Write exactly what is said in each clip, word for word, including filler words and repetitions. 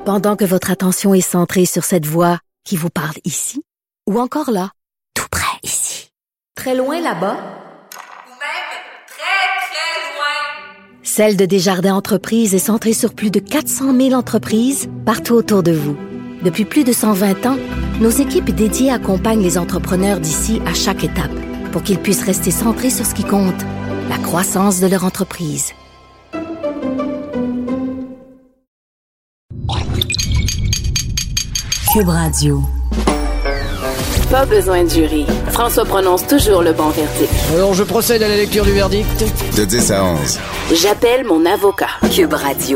Pendant que votre attention est centrée sur cette voix qui vous parle ici, ou encore là, tout près ici, très loin là-bas, ou même très, très loin. Celle de Desjardins Entreprises est centrée sur plus de quatre cent mille entreprises partout autour de vous. Depuis plus de cent vingt ans, nos équipes dédiées accompagnent les entrepreneurs d'ici à chaque étape pour qu'ils puissent rester centrés sur ce qui compte, la croissance de leur entreprise. Cube Radio. Pas besoin de jury. François prononce toujours le bon verdict. Alors, je procède à la lecture du verdict. De dix à onze. J'appelle mon avocat. Cube Radio.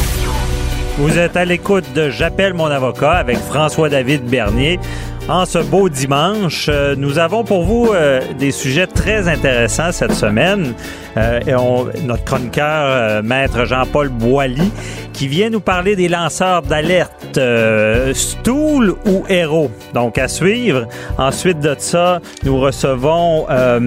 Vous êtes à l'écoute de J'appelle mon avocat avec François-David Bernier. En ce beau dimanche, euh, nous avons pour vous euh, des sujets très intéressants cette semaine. Euh, et on, notre chroniqueur, euh, maître Jean-Paul Boilly, qui vient nous parler des lanceurs d'alerte euh, Stool ou Héros. Donc, à suivre. Ensuite de ça, nous recevons euh,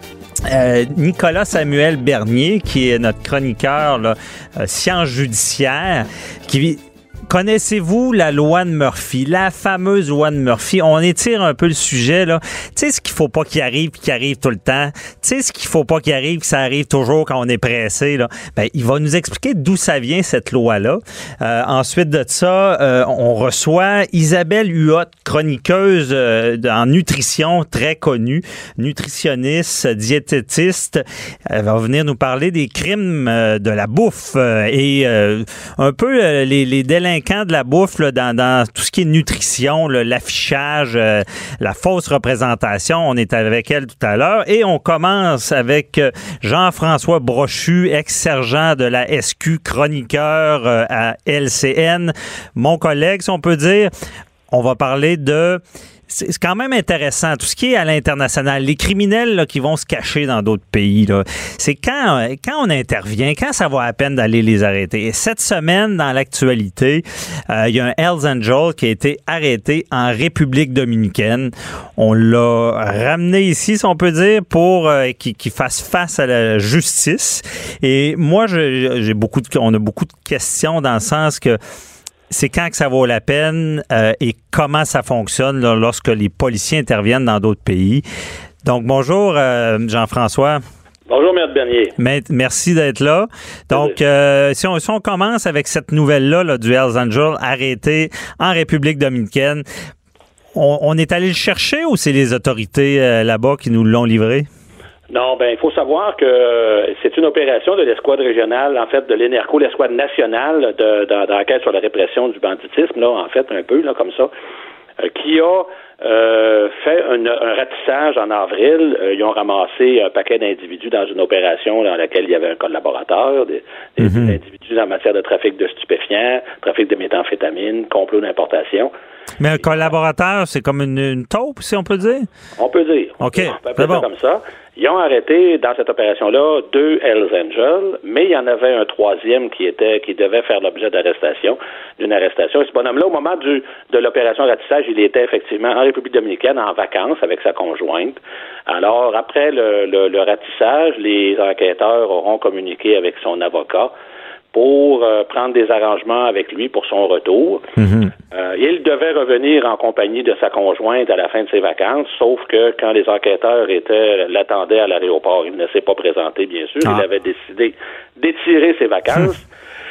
euh, Nicolas Samuel Bernier, qui est notre chroniqueur là, euh, sciences judiciaires, qui vit... Connaissez-vous la loi de Murphy, la fameuse loi de Murphy? On étire un peu le sujet, là. Tu sais ce qu'il faut pas qu'il arrive puis qu'il arrive tout le temps? Tu sais ce qu'il faut pas qu'il arrive que ça arrive toujours quand on est pressé, là? Ben, il va nous expliquer d'où ça vient, cette loi-là. Euh, ensuite de ça, euh, on reçoit Isabelle Huot, chroniqueuse euh, en nutrition, très connue, nutritionniste, diététiste. Elle va venir nous parler des crimes euh, de la bouffe euh, et euh, un peu euh, les, les délinquants de la bouffe là, dans, dans tout ce qui est nutrition, là, l'affichage, euh, la fausse représentation. On est avec elle tout à l'heure. Et on commence avec euh, Jean-François Brochu, ex-sergent de la S Q, chroniqueur euh, à L C N. Mon collègue, si on peut dire. On va parler de... C'est quand même intéressant, tout ce qui est à l'international, les criminels là, qui vont se cacher dans d'autres pays, là, c'est quand, quand on intervient, quand ça vaut la peine d'aller les arrêter. Et cette semaine, dans l'actualité, euh, il y a un Hells Angel qui a été arrêté en République dominicaine. On l'a ramené ici, si on peut dire, pour euh, qu'il, qu'il fasse face à la justice. Et moi, je, j'ai beaucoup de, on a beaucoup de questions dans le sens que c'est quand que ça vaut la peine euh, et comment ça fonctionne là, lorsque les policiers interviennent dans d'autres pays. Donc, bonjour euh, Jean-François. Bonjour, Maître Bernier. Mais, merci d'être là. Donc, euh, si, on, si on commence avec cette nouvelle-là là, du Hells Angel arrêté en République dominicaine, on, on est allé le chercher ou c'est les autorités euh, là-bas qui nous l'ont livré? Non, ben il faut savoir que c'est une opération de l'escouade régionale, en fait, de l'E N E R C O, l'escouade nationale de, de, d'enquête sur la répression du banditisme, là, en fait, un peu, là, comme ça, euh, qui a euh, fait un, un ratissage en avril. Euh, ils ont ramassé un paquet d'individus dans une opération dans laquelle il y avait un collaborateur, des, des mm-hmm. individus en matière de trafic de stupéfiants, trafic de méthamphétamine, complot d'importation. Mais un collaborateur, c'est comme une, une taupe, si on peut dire? On peut dire. OK, on peut c'est bon. Comme ça. Ils ont arrêté dans cette opération-là deux Hells Angels, mais il y en avait un troisième qui était qui devait faire l'objet d'arrestation, d'une arrestation. Et ce bonhomme-là, au moment du de l'opération ratissage, il était effectivement en République dominicaine en vacances avec sa conjointe. Alors, après le, le, le ratissage, les enquêteurs auront communiqué avec son avocat pour euh, prendre des arrangements avec lui pour son retour. Mm-hmm. Euh, il devait revenir en compagnie de sa conjointe à la fin de ses vacances, sauf que quand les enquêteurs étaient l'attendaient à l'aéroport, il ne s'est pas présenté, bien sûr. Ah. Il avait décidé d'étirer ses vacances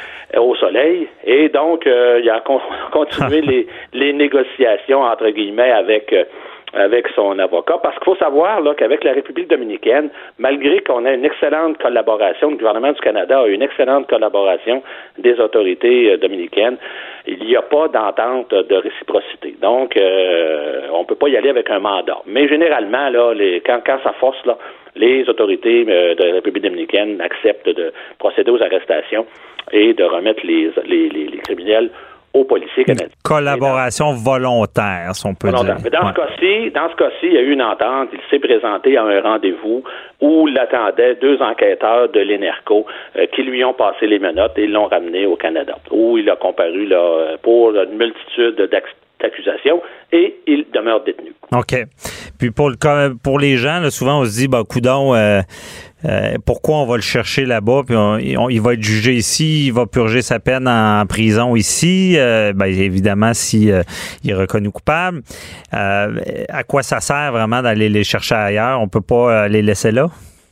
au soleil, et donc euh, il a con- continué les, les négociations, entre guillemets, avec... Euh, avec son avocat, parce qu'il faut savoir là qu'avec la République dominicaine, malgré qu'on ait une excellente collaboration, le gouvernement du Canada a une excellente collaboration des autorités euh, dominicaines, il n'y a pas d'entente de réciprocité. Donc, euh, on peut pas y aller avec un mandat. Mais généralement, là, les, quand, quand ça force, là, les autorités euh, de la République dominicaine acceptent de procéder aux arrestations et de remettre les, les, les, les criminels aux policiers canadiens. Une collaboration dans, volontaire, si on peut volontaire. dire. Mais dans ouais. ce cas-ci, dans ce cas-ci, il y a eu une entente. Il s'est présenté à un rendez-vous où l'attendaient deux enquêteurs de l'E N E R C O euh, qui lui ont passé les menottes et l'ont ramené au Canada, où il a comparu là, pour une multitude d'accusations et il demeure détenu. OK. Puis pour le pour les gens, là, souvent on se dit, bah, coudonc, euh, euh, pourquoi on va le chercher là-bas, puis on, on, il va être jugé ici, il va purger sa peine en, en prison ici, euh, ben, évidemment, si euh, il est reconnu coupable. Euh, à quoi ça sert vraiment d'aller les chercher ailleurs? On peut pas euh, les laisser là?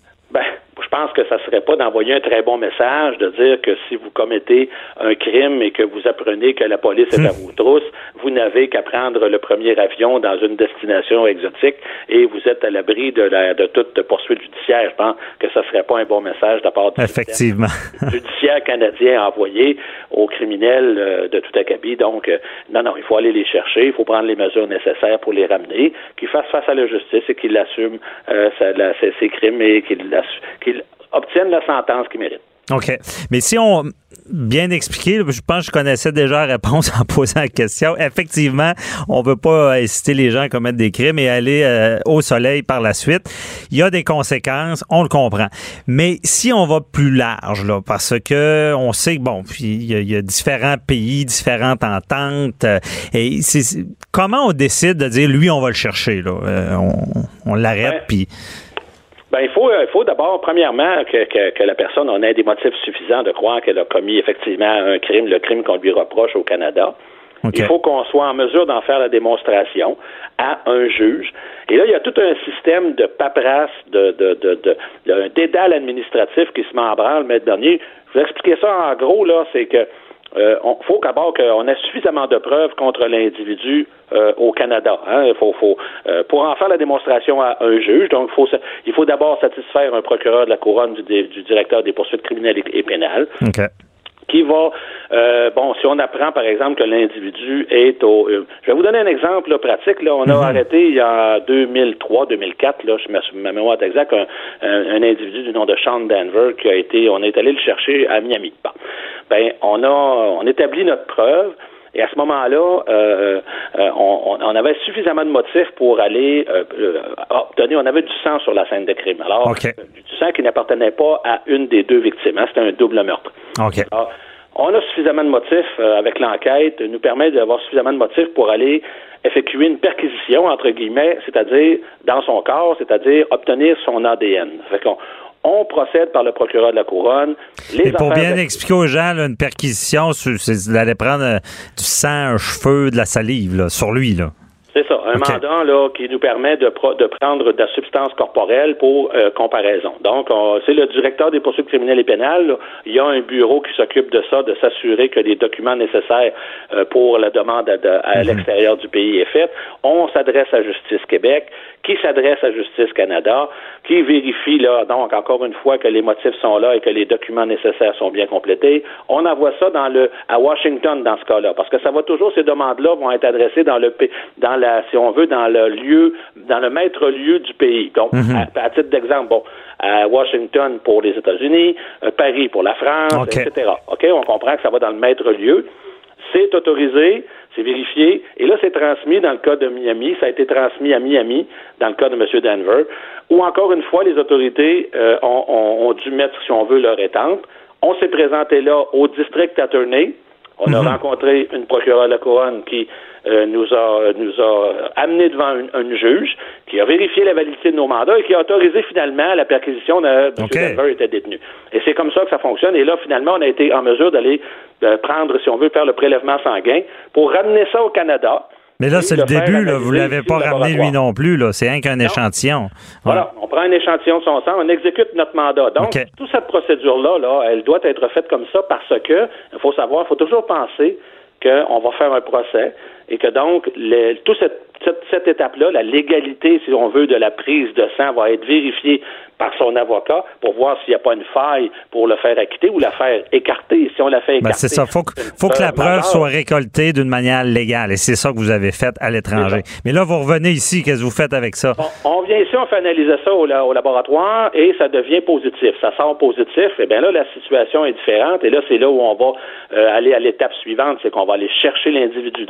Je pense que ça serait pas d'envoyer un très bon message de dire que si vous commettez un crime et que vous apprenez que la police est à vos trousses, vous n'avez qu'à prendre le premier avion dans une destination exotique et vous êtes à l'abri de, la, de toute poursuite judiciaire. Je pense que ça serait pas un bon message de la part du Effectivement. judiciaire canadien envoyé aux criminels euh, de tout acabit. Donc, euh, non, non, il faut aller les chercher, il faut prendre les mesures nécessaires pour les ramener, qu'ils fassent face à la justice et qu'ils assument euh, ses, ses crimes et qu'ils, qu'ils obtiennent la sentence qu'ils méritent. OK. Mais si on... Bien expliqué, je pense que je connaissais déjà la réponse en posant la question. Effectivement, on ne veut pas inciter les gens à commettre des crimes et aller euh, au soleil par la suite. Il y a des conséquences, on le comprend. Mais si on va plus large, là, parce que on sait que, bon, puis il y, y a différents pays, différentes ententes, euh, et c'est, comment on décide de dire, lui, on va le chercher, là? Euh, on, on l'arrête, ouais. puis... Ben, il faut, il faut d'abord, premièrement, que, que, que la personne en ait des motifs suffisants de croire qu'elle a commis effectivement un crime, le crime qu'on lui reproche au Canada. Okay. Il faut qu'on soit en mesure d'en faire la démonstration à un juge. Et là, il y a tout un système de paperasse, de, de, de, de, de un dédale administratif qui se met en branle, Maître Bernier. Je vais expliquer ça en gros, là, c'est que Euh, on faut d'abord qu'on ait suffisamment de preuves contre l'individu euh, au Canada. Hein. Il faut, faut euh, pour en faire la démonstration à un juge, donc il faut, il faut d'abord satisfaire un procureur de la couronne du, du directeur des poursuites criminelles et, et pénales. Okay. Qui va, euh, bon, si on apprend, par exemple, que l'individu est au... Euh, je vais vous donner un exemple là, pratique. Là, on a mm-hmm. arrêté, il y a deux mille trois deux mille quatre, là, je ma, ma mémoire est exacte, un, un, un individu du nom de Sean Denver qui a été... On est allé le chercher à Miami. Bon. Ben, on a... On établit notre preuve. Et à ce moment-là, euh, euh, on, on avait suffisamment de motifs pour aller euh, euh, obtenir... On avait du sang sur la scène de crime. Alors, okay. du sang qui n'appartenait pas à une des deux victimes. Hein, c'était un double meurtre. Okay. Alors, on a suffisamment de motifs euh, avec l'enquête, nous permet d'avoir suffisamment de motifs pour aller effectuer une perquisition, entre guillemets, c'est-à-dire dans son corps, c'est-à-dire obtenir son A D N. Fait qu'on on procède par le procureur de la Couronne. Les Et pour bien de... expliquer aux gens, là, une perquisition, c'est d'aller prendre euh, du sang, un cheveu, de la salive là, sur lui, là. C'est ça, un okay. mandat là qui nous permet de, pro- de prendre de la substance corporelle pour euh, comparaison. Donc, on, c'est le directeur des poursuites criminelles et pénales. Là. Il y a un bureau qui s'occupe de ça, de s'assurer que les documents nécessaires euh, pour la demande à, de, à mm-hmm. l'extérieur du pays est faite. On s'adresse à Justice Québec, qui s'adresse à Justice Canada, qui vérifie là, donc encore une fois que les motifs sont là et que les documents nécessaires sont bien complétés. On envoie ça dans le à Washington dans ce cas-là, parce que ça va toujours, ces demandes-là vont être adressées dans le dans la, si on veut, dans le lieu, dans le maître-lieu du pays. Donc, mm-hmm. à, à titre d'exemple, bon, à Washington pour les États-Unis, euh, Paris pour la France, okay. et cetera. OK, on comprend que ça va dans le maître-lieu. C'est autorisé, c'est vérifié, et là, c'est transmis dans le cas de Miami, ça a été transmis à Miami, dans le cas de M. Denver, où encore une fois, les autorités euh, ont, ont, ont dû mettre, si on veut, leur étampe. On s'est présenté là au district attorney. On mm-hmm. a rencontré une procureure de la Couronne qui euh, nous a nous a amené devant un juge, qui a vérifié la validité de nos mandats et qui a autorisé finalement la perquisition de M. Okay. Denver était détenu. Et c'est comme ça que ça fonctionne. Et là, finalement, on a été en mesure d'aller de prendre, si on veut, faire le prélèvement sanguin pour ramener ça au Canada. Mais là, c'est le début, là. Vous ne l'avez pas ramené lui non plus, là. C'est rien qu'un non. échantillon. Voilà. Ouais. On prend un échantillon de son sang, on exécute notre mandat. Donc, okay. toute cette procédure-là, là, elle doit être faite comme ça parce que, il faut savoir, il faut toujours penser qu'on va faire un procès et que donc, les, toute cette, cette, cette étape-là, la légalité, si on veut, de la prise de sang va être vérifiée par son avocat pour voir s'il n'y a pas une faille pour le faire acquitter ou la faire écarter. Si on la fait écarter... Ben c'est ça. Il faut, faut que la preuve soit récoltée d'une manière légale et c'est ça que vous avez fait à l'étranger. Mais là, vous revenez ici. Qu'est-ce que vous faites avec ça? On, on vient ici, on fait analyser ça au, au laboratoire et ça devient positif. Ça sort positif. Et bien là, la situation est différente et là, c'est là où on va euh, aller à l'étape suivante. C'est qu'on va aller chercher l'individu. Donc, on fait une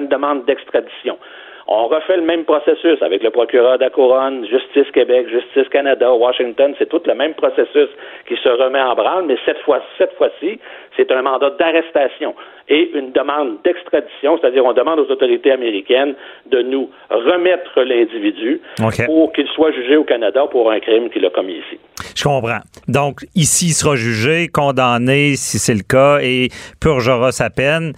une demande d'extradition. On refait le même processus avec le procureur de la Couronne, Justice Québec, Justice Canada, Washington, c'est tout le même processus qui se remet en branle, mais cette fois, cette fois-ci, c'est un mandat d'arrestation et une demande d'extradition, c'est-à-dire on demande aux autorités américaines de nous remettre l'individu okay. pour qu'il soit jugé au Canada pour un crime qu'il a commis ici. Je comprends. Donc, ici, il sera jugé, condamné, si c'est le cas, et purgera sa peine.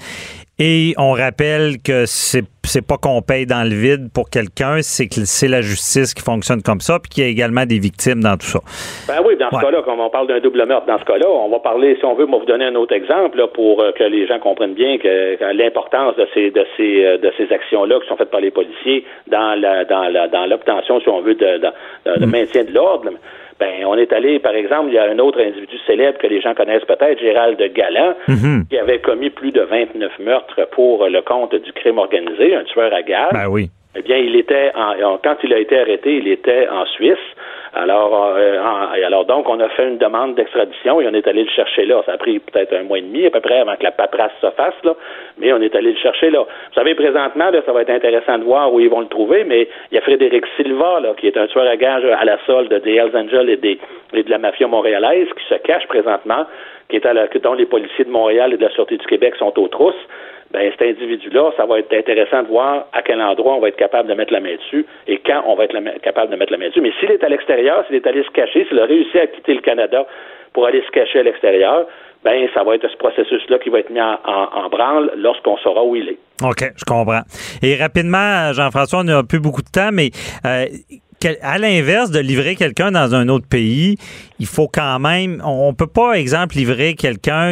Et on rappelle que c'est c'est pas qu'on paye dans le vide pour quelqu'un, c'est que c'est la justice qui fonctionne comme ça, puis qu'il y a également des victimes dans tout ça. Ben oui, dans ce ouais. cas-là, comme on parle d'un double meurtre, dans ce cas-là, on va parler, si on veut, moi vous donner un autre exemple là, pour euh, que les gens comprennent bien que, que l'importance de ces de ces euh, de ces actions-là qui sont faites par les policiers dans la dans la dans l'obtention, si on veut, de, de, de, de mm. maintien de l'ordre. Ben, on est allé, par exemple, il y a un autre individu célèbre que les gens connaissent peut-être, Gérald Galland, mm-hmm. qui avait commis plus de vingt-neuf meurtres pour le compte du crime organisé, un tueur à gages. Ben oui. Eh bien, il était, en, quand il a été arrêté, il était en Suisse. Alors, euh, en, alors donc, on a fait une demande d'extradition et on est allé le chercher là. Ça a pris peut-être un mois et demi à peu près avant que la paperasse se fasse, là, mais on est allé le chercher là. Vous savez, présentement, là, ça va être intéressant de voir où ils vont le trouver, mais il y a Frédéric Silva, là, qui est un tueur à gages à la solde des Hells Angels et, des, et de la mafia montréalaise, qui se cache présentement, qui est à la, dont les policiers de Montréal et de la Sûreté du Québec sont aux trousses. Ben, cet individu-là, ça va être intéressant de voir à quel endroit on va être capable de mettre la main dessus et quand on va être la, capable de mettre la main dessus. Mais s'il est à l'extérieur, s'il est allé se cacher, s'il a réussi à quitter le Canada pour aller se cacher à l'extérieur, ben, ça va être ce processus-là qui va être mis en, en, en branle lorsqu'on saura où il est. OK, je comprends. Et rapidement, Jean-François, on n'a plus beaucoup de temps, mais euh, à l'inverse de livrer quelqu'un dans un autre pays, il faut quand même, on peut pas, exemple, livrer quelqu'un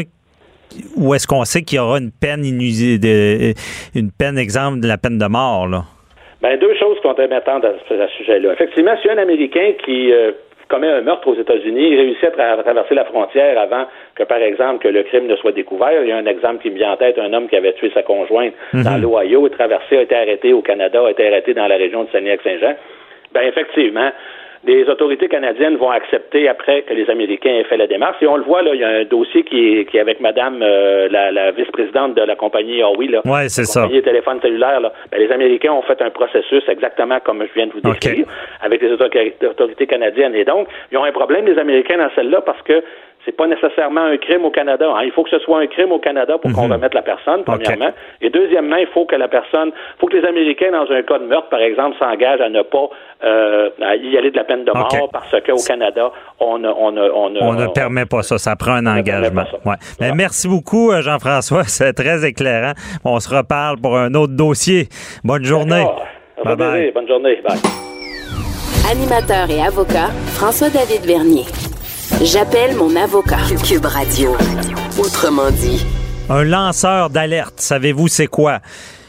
ou est-ce qu'on sait qu'il y aura une peine inusitée, de, une peine, exemple, de la peine de mort, là? Bien, deux choses sont importantes à ce, à ce sujet-là. Effectivement, si un Américain qui euh, commet un meurtre aux États-Unis, il réussit à, tra- à traverser la frontière avant que, par exemple, que le crime ne soit découvert. Il y a un exemple qui me vient en tête, un homme qui avait tué sa conjointe mm-hmm. dans l'Ohio, a traversé, a été arrêté au Canada, a été arrêté dans la région de Saguenay-Lac-Saint-Jean. Bien, effectivement, les autorités canadiennes vont accepter après que les Américains aient fait la démarche. Et on le voit, là, il y a un dossier qui est, qui est avec madame, euh, la, la vice-présidente de la compagnie Huawei, là. Ouais, c'est la compagnie ça. de téléphone cellulaire, là. Ben, les Américains ont fait un processus exactement comme je viens de vous décrire, okay. avec les autorités canadiennes. Et donc, ils ont un problème, les Américains, dans celle-là, parce que c'est pas nécessairement un crime au Canada. Hein. Il faut que ce soit un crime au Canada pour mm-hmm. qu'on remette la personne, premièrement. Okay. Et deuxièmement, il faut que la personne, il faut que les Américains, dans un cas de meurtre, par exemple, s'engagent à ne pas euh, à y aller de la peine de mort okay. parce qu'au Canada, on ne on, on, on, on ne permet pas ça. Ça prend un engagement. Ouais. Voilà. Merci beaucoup, Jean-François. C'est très éclairant. On se reparle pour un autre dossier. Bonne journée. Bye bye. Bonne journée. Bye. Animateur et avocat, François-David Bernier. J'appelle mon avocat. Cube Radio. Autrement dit. Un lanceur d'alerte, savez-vous c'est quoi?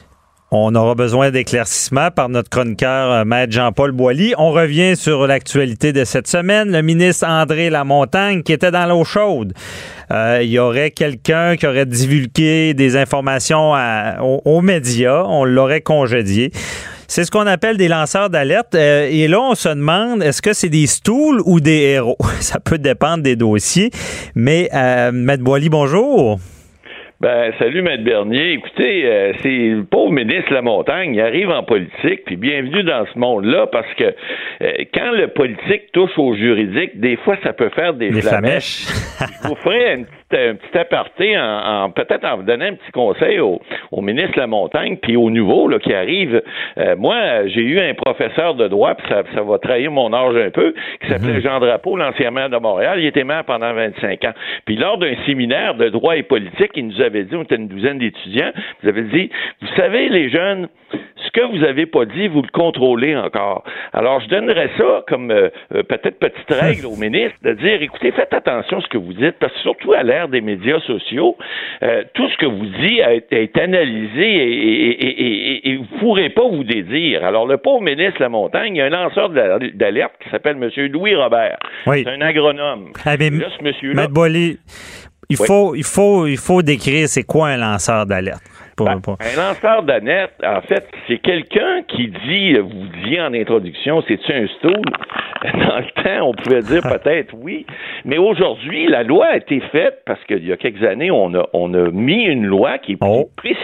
On aura besoin d'éclaircissement par notre chroniqueur, Maître Jean-Paul Boilly. On revient sur l'actualité de cette semaine. Le ministre André Lamontagne qui était dans l'eau chaude. Euh, il y aurait quelqu'un qui aurait divulgué des informations à, aux, aux médias. On l'aurait congédié. C'est ce qu'on appelle des lanceurs d'alerte. Euh, et là, on se demande, est-ce que c'est des stools ou des héros? Ça peut dépendre des dossiers. Mais, euh, Maître Boilly, bonjour. Ben, salut, Maître Bernier. Écoutez, euh, c'est le pauvre ministre Lamontagne, il arrive en politique, puis bienvenue dans ce monde-là, parce que euh, quand le politique touche au juridique, des fois, ça peut faire des, des flamèches. Je vous ferai une petite, un petit aparté, en, en, peut-être en vous donnant un petit conseil au, au ministre Lamontagne, puis au nouveau là, qui arrive. Euh, moi, j'ai eu un professeur de droit, puis ça, ça va trahir mon âge un peu, qui s'appelait mm-hmm. Jean Drapeau, l'ancien maire de Montréal. Il était maire pendant vingt-cinq ans. Puis lors d'un séminaire de droit et politique, il nous a avait dit, on était une douzaine d'étudiants, vous avez dit, vous savez, les jeunes, ce que vous avez pas dit, vous le contrôlez encore. Alors, je donnerais ça comme euh, peut-être petite règle au ministre, de dire, écoutez, faites attention à ce que vous dites, parce que surtout à l'ère des médias sociaux, euh, tout ce que vous dites est, est analysé et, et, et, et, et vous ne pourrez pas vous dédire. Alors, le pauvre ministre Lamontagne, il y a un lanceur d'alerte qui s'appelle M. Louis Robert. Oui. C'est un agronome. Ah, mais, là, ce monsieur-là... Maître Boilly, Il oui. faut, il faut, il faut décrire c'est quoi un lanceur d'alerte. Pour, ben, pour... Un lanceur d'alerte, en fait, c'est quelqu'un qui dit, vous disiez en introduction, c'est-tu un stool? Dans le temps, on pouvait dire peut-être oui, mais aujourd'hui, la loi a été faite parce qu'il y a quelques années, on a, on a mis une loi qui, oh. qui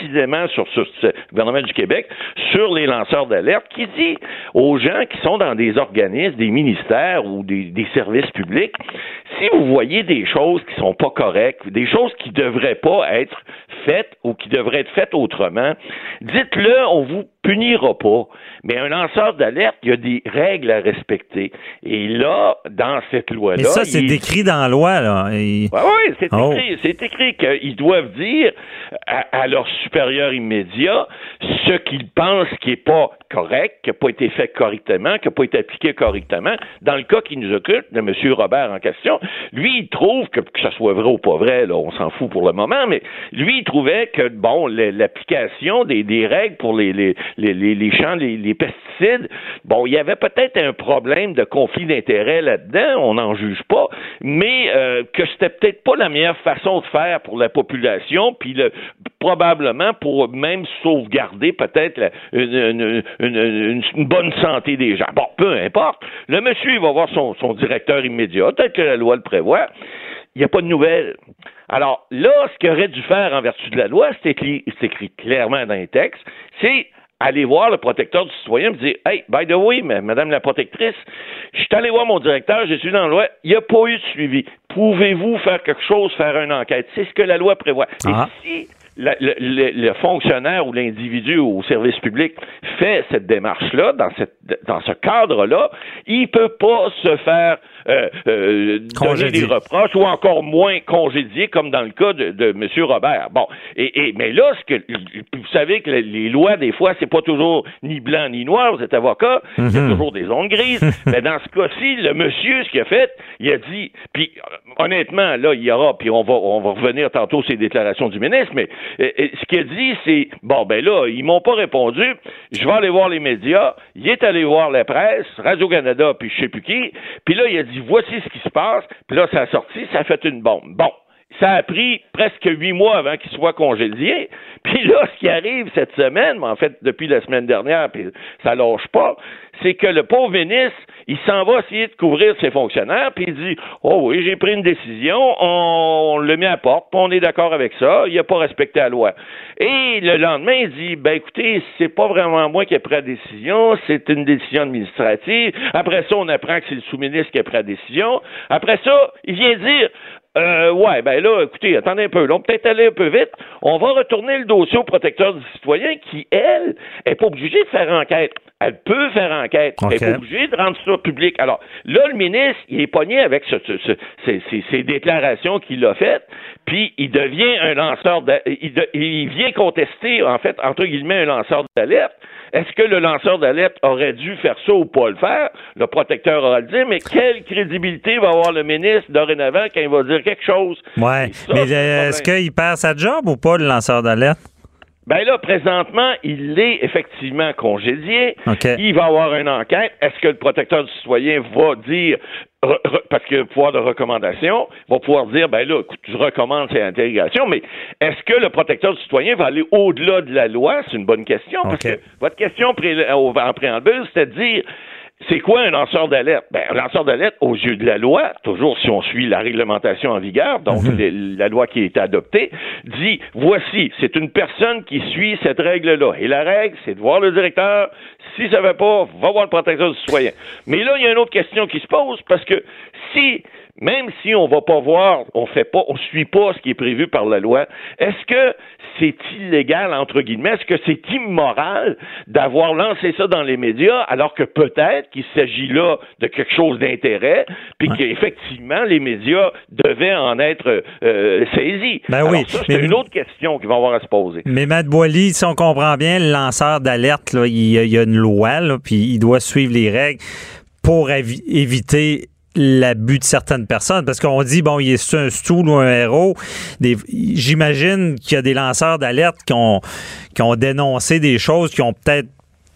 précisément sur, sur ce gouvernement du Québec, sur les lanceurs d'alerte, qui dit aux gens qui sont dans des organismes, des ministères ou des, des services publics, si vous voyez des choses qui sont pas correctes, des choses qui devraient pas être faites ou qui devraient être faites autrement, dites-le, on vous punira pas. Mais un lanceur d'alerte, il y a des règles à respecter. Et là, dans cette loi-là... Mais ça, c'est il... décrit dans la loi, là. Et... Oui, oui, c'est oh. écrit. C'est écrit qu'ils doivent dire à, à leur supérieur immédiat ce qu'ils pensent qui n'est pas correct, qui n'a pas été fait correctement, qui n'a pas été appliqué correctement. Dans le cas qui nous occupe, de M. Robert en question, lui, il trouve que, que ce soit vrai ou pas vrai, là, on s'en fout pour le moment, mais lui, il trouvait que, bon, l'application des, des règles pour les, les, les, les, les champs, les, les pesticides, bon, il y avait peut-être un problème de conflit d'intérêts là-dedans, on n'en juge pas, mais euh, que c'était peut-être pas la meilleure façon de faire pour la population, puis le, probablement pour même sauvegarder peut-être la, une, une, une, une, une bonne santé des gens. Bon, peu importe. Le monsieur, il va voir son, son directeur immédiat, tel que la loi le prévoit. Il n'y a pas de nouvelles. Alors là, ce qu'il aurait dû faire en vertu de la loi, c'est écrit, c'est écrit clairement dans les textes, c'est aller voir le protecteur du citoyen et dire « Hey, by the way, madame la protectrice, je suis allé voir mon directeur, j'ai suivi dans la loi, il n'y a pas eu de suivi. Pouvez-vous faire quelque chose, faire une enquête? » C'est ce que la loi prévoit. Ah. Et si la, le, le, le fonctionnaire ou l'individu au service public fait cette démarche-là, dans, cette, dans ce cadre-là, il ne peut pas se faire euh, euh, donner des reproches ou encore moins congédier, comme dans le cas de, de M. Robert. Bon, et, et mais là, ce que vous savez que les lois, des fois, c'est pas toujours ni blanc ni noir, vous êtes avocat, il mm-hmm. y a toujours des zones grises. Mais dans ce cas-ci, le monsieur, ce qu'il a fait, il a dit, puis honnêtement, là, il y aura, puis on va, on va revenir tantôt sur les déclarations du ministre, mais euh, ce qu'il a dit, c'est, bon, ben là, ils m'ont pas répondu, je vais aller voir les médias, il est allé voir la presse, Radio-Canada, puis je sais plus qui, puis là, il a dit, voici ce qui se passe, puis là, ça a sorti, ça a fait une bombe. Bon. Ça a pris presque huit mois avant qu'il soit congédié. Puis là, ce qui arrive cette semaine, mais en fait, depuis la semaine dernière, puis ça lâche pas, c'est que le pauvre ministre, il s'en va essayer de couvrir ses fonctionnaires, puis il dit « Oh oui, j'ai pris une décision, on, on le met à porte, puis on est d'accord avec ça, il n'a pas respecté la loi. » Et le lendemain, il dit « Ben écoutez, c'est pas vraiment moi qui ai pris la décision, c'est une décision administrative. » Après ça, on apprend que c'est le sous-ministre qui a pris la décision. Après ça, il vient dire Euh, ouais, ben là, écoutez, attendez un peu. Là, on peut peut-être aller un peu vite. On va retourner le dossier au protecteur du citoyen qui, elle, est pas obligée de faire enquête. Elle peut faire enquête. Okay. Elle est pas obligée de rendre ça public. Alors, là, le ministre, il est pogné avec ce, ce, ce, ces, ces, ces déclarations qu'il a faites, puis il devient un lanceur de, il, de, il vient contester, en fait, entre guillemets, un lanceur d'alerte. Est-ce que le lanceur d'alerte aurait dû faire ça ou pas le faire? Le protecteur aura le dire, mais quelle crédibilité va avoir le ministre dorénavant quand il va dire quelque chose? Oui, mais le, est-ce qu'il perd sa job ou pas, le lanceur d'alerte? Ben là, présentement, il est effectivement congédié. Okay. Il va avoir une enquête. Est-ce que le protecteur du citoyen va dire, re, re, parce qu'il y a le pouvoir de recommandation, va pouvoir dire, ben là, écoute, je recommande cette interrogation, mais est-ce que le protecteur du citoyen va aller au-delà de la loi? C'est une bonne question, okay. Parce que votre question pré- en préambule, c'était de dire, c'est quoi un lanceur d'alerte? Ben, un lanceur d'alerte, aux yeux de la loi, toujours si on suit la réglementation en vigueur, donc mm-hmm. les, la loi qui a été adoptée, dit, voici, c'est une personne qui suit cette règle-là. Et la règle, c'est de voir le directeur. Si ça ne va pas, va voir le protecteur du citoyen. Mais là, il y a une autre question qui se pose, parce que si, même si on va pas voir, on fait pas, on suit pas ce qui est prévu par la loi, est-ce que c'est illégal, entre guillemets, est-ce que c'est immoral d'avoir lancé ça dans les médias, alors que peut-être qu'il s'agit là de quelque chose d'intérêt, puis ouais. qu'effectivement, les médias devaient en être euh, saisis. Ben alors, oui, ça, c'est mais, une autre question qu'ils vont avoir à se poser. Mais Matt Boily, si on comprend bien, le lanceur d'alerte, là, il y a, il y a une loi, là, puis il doit suivre les règles pour avi- éviter l'abus de certaines personnes, parce qu'on dit, bon, il est un stool ou un héros. Des, j'imagine qu'il y a des lanceurs d'alerte qui ont, qui ont dénoncé des choses qui ont peut-être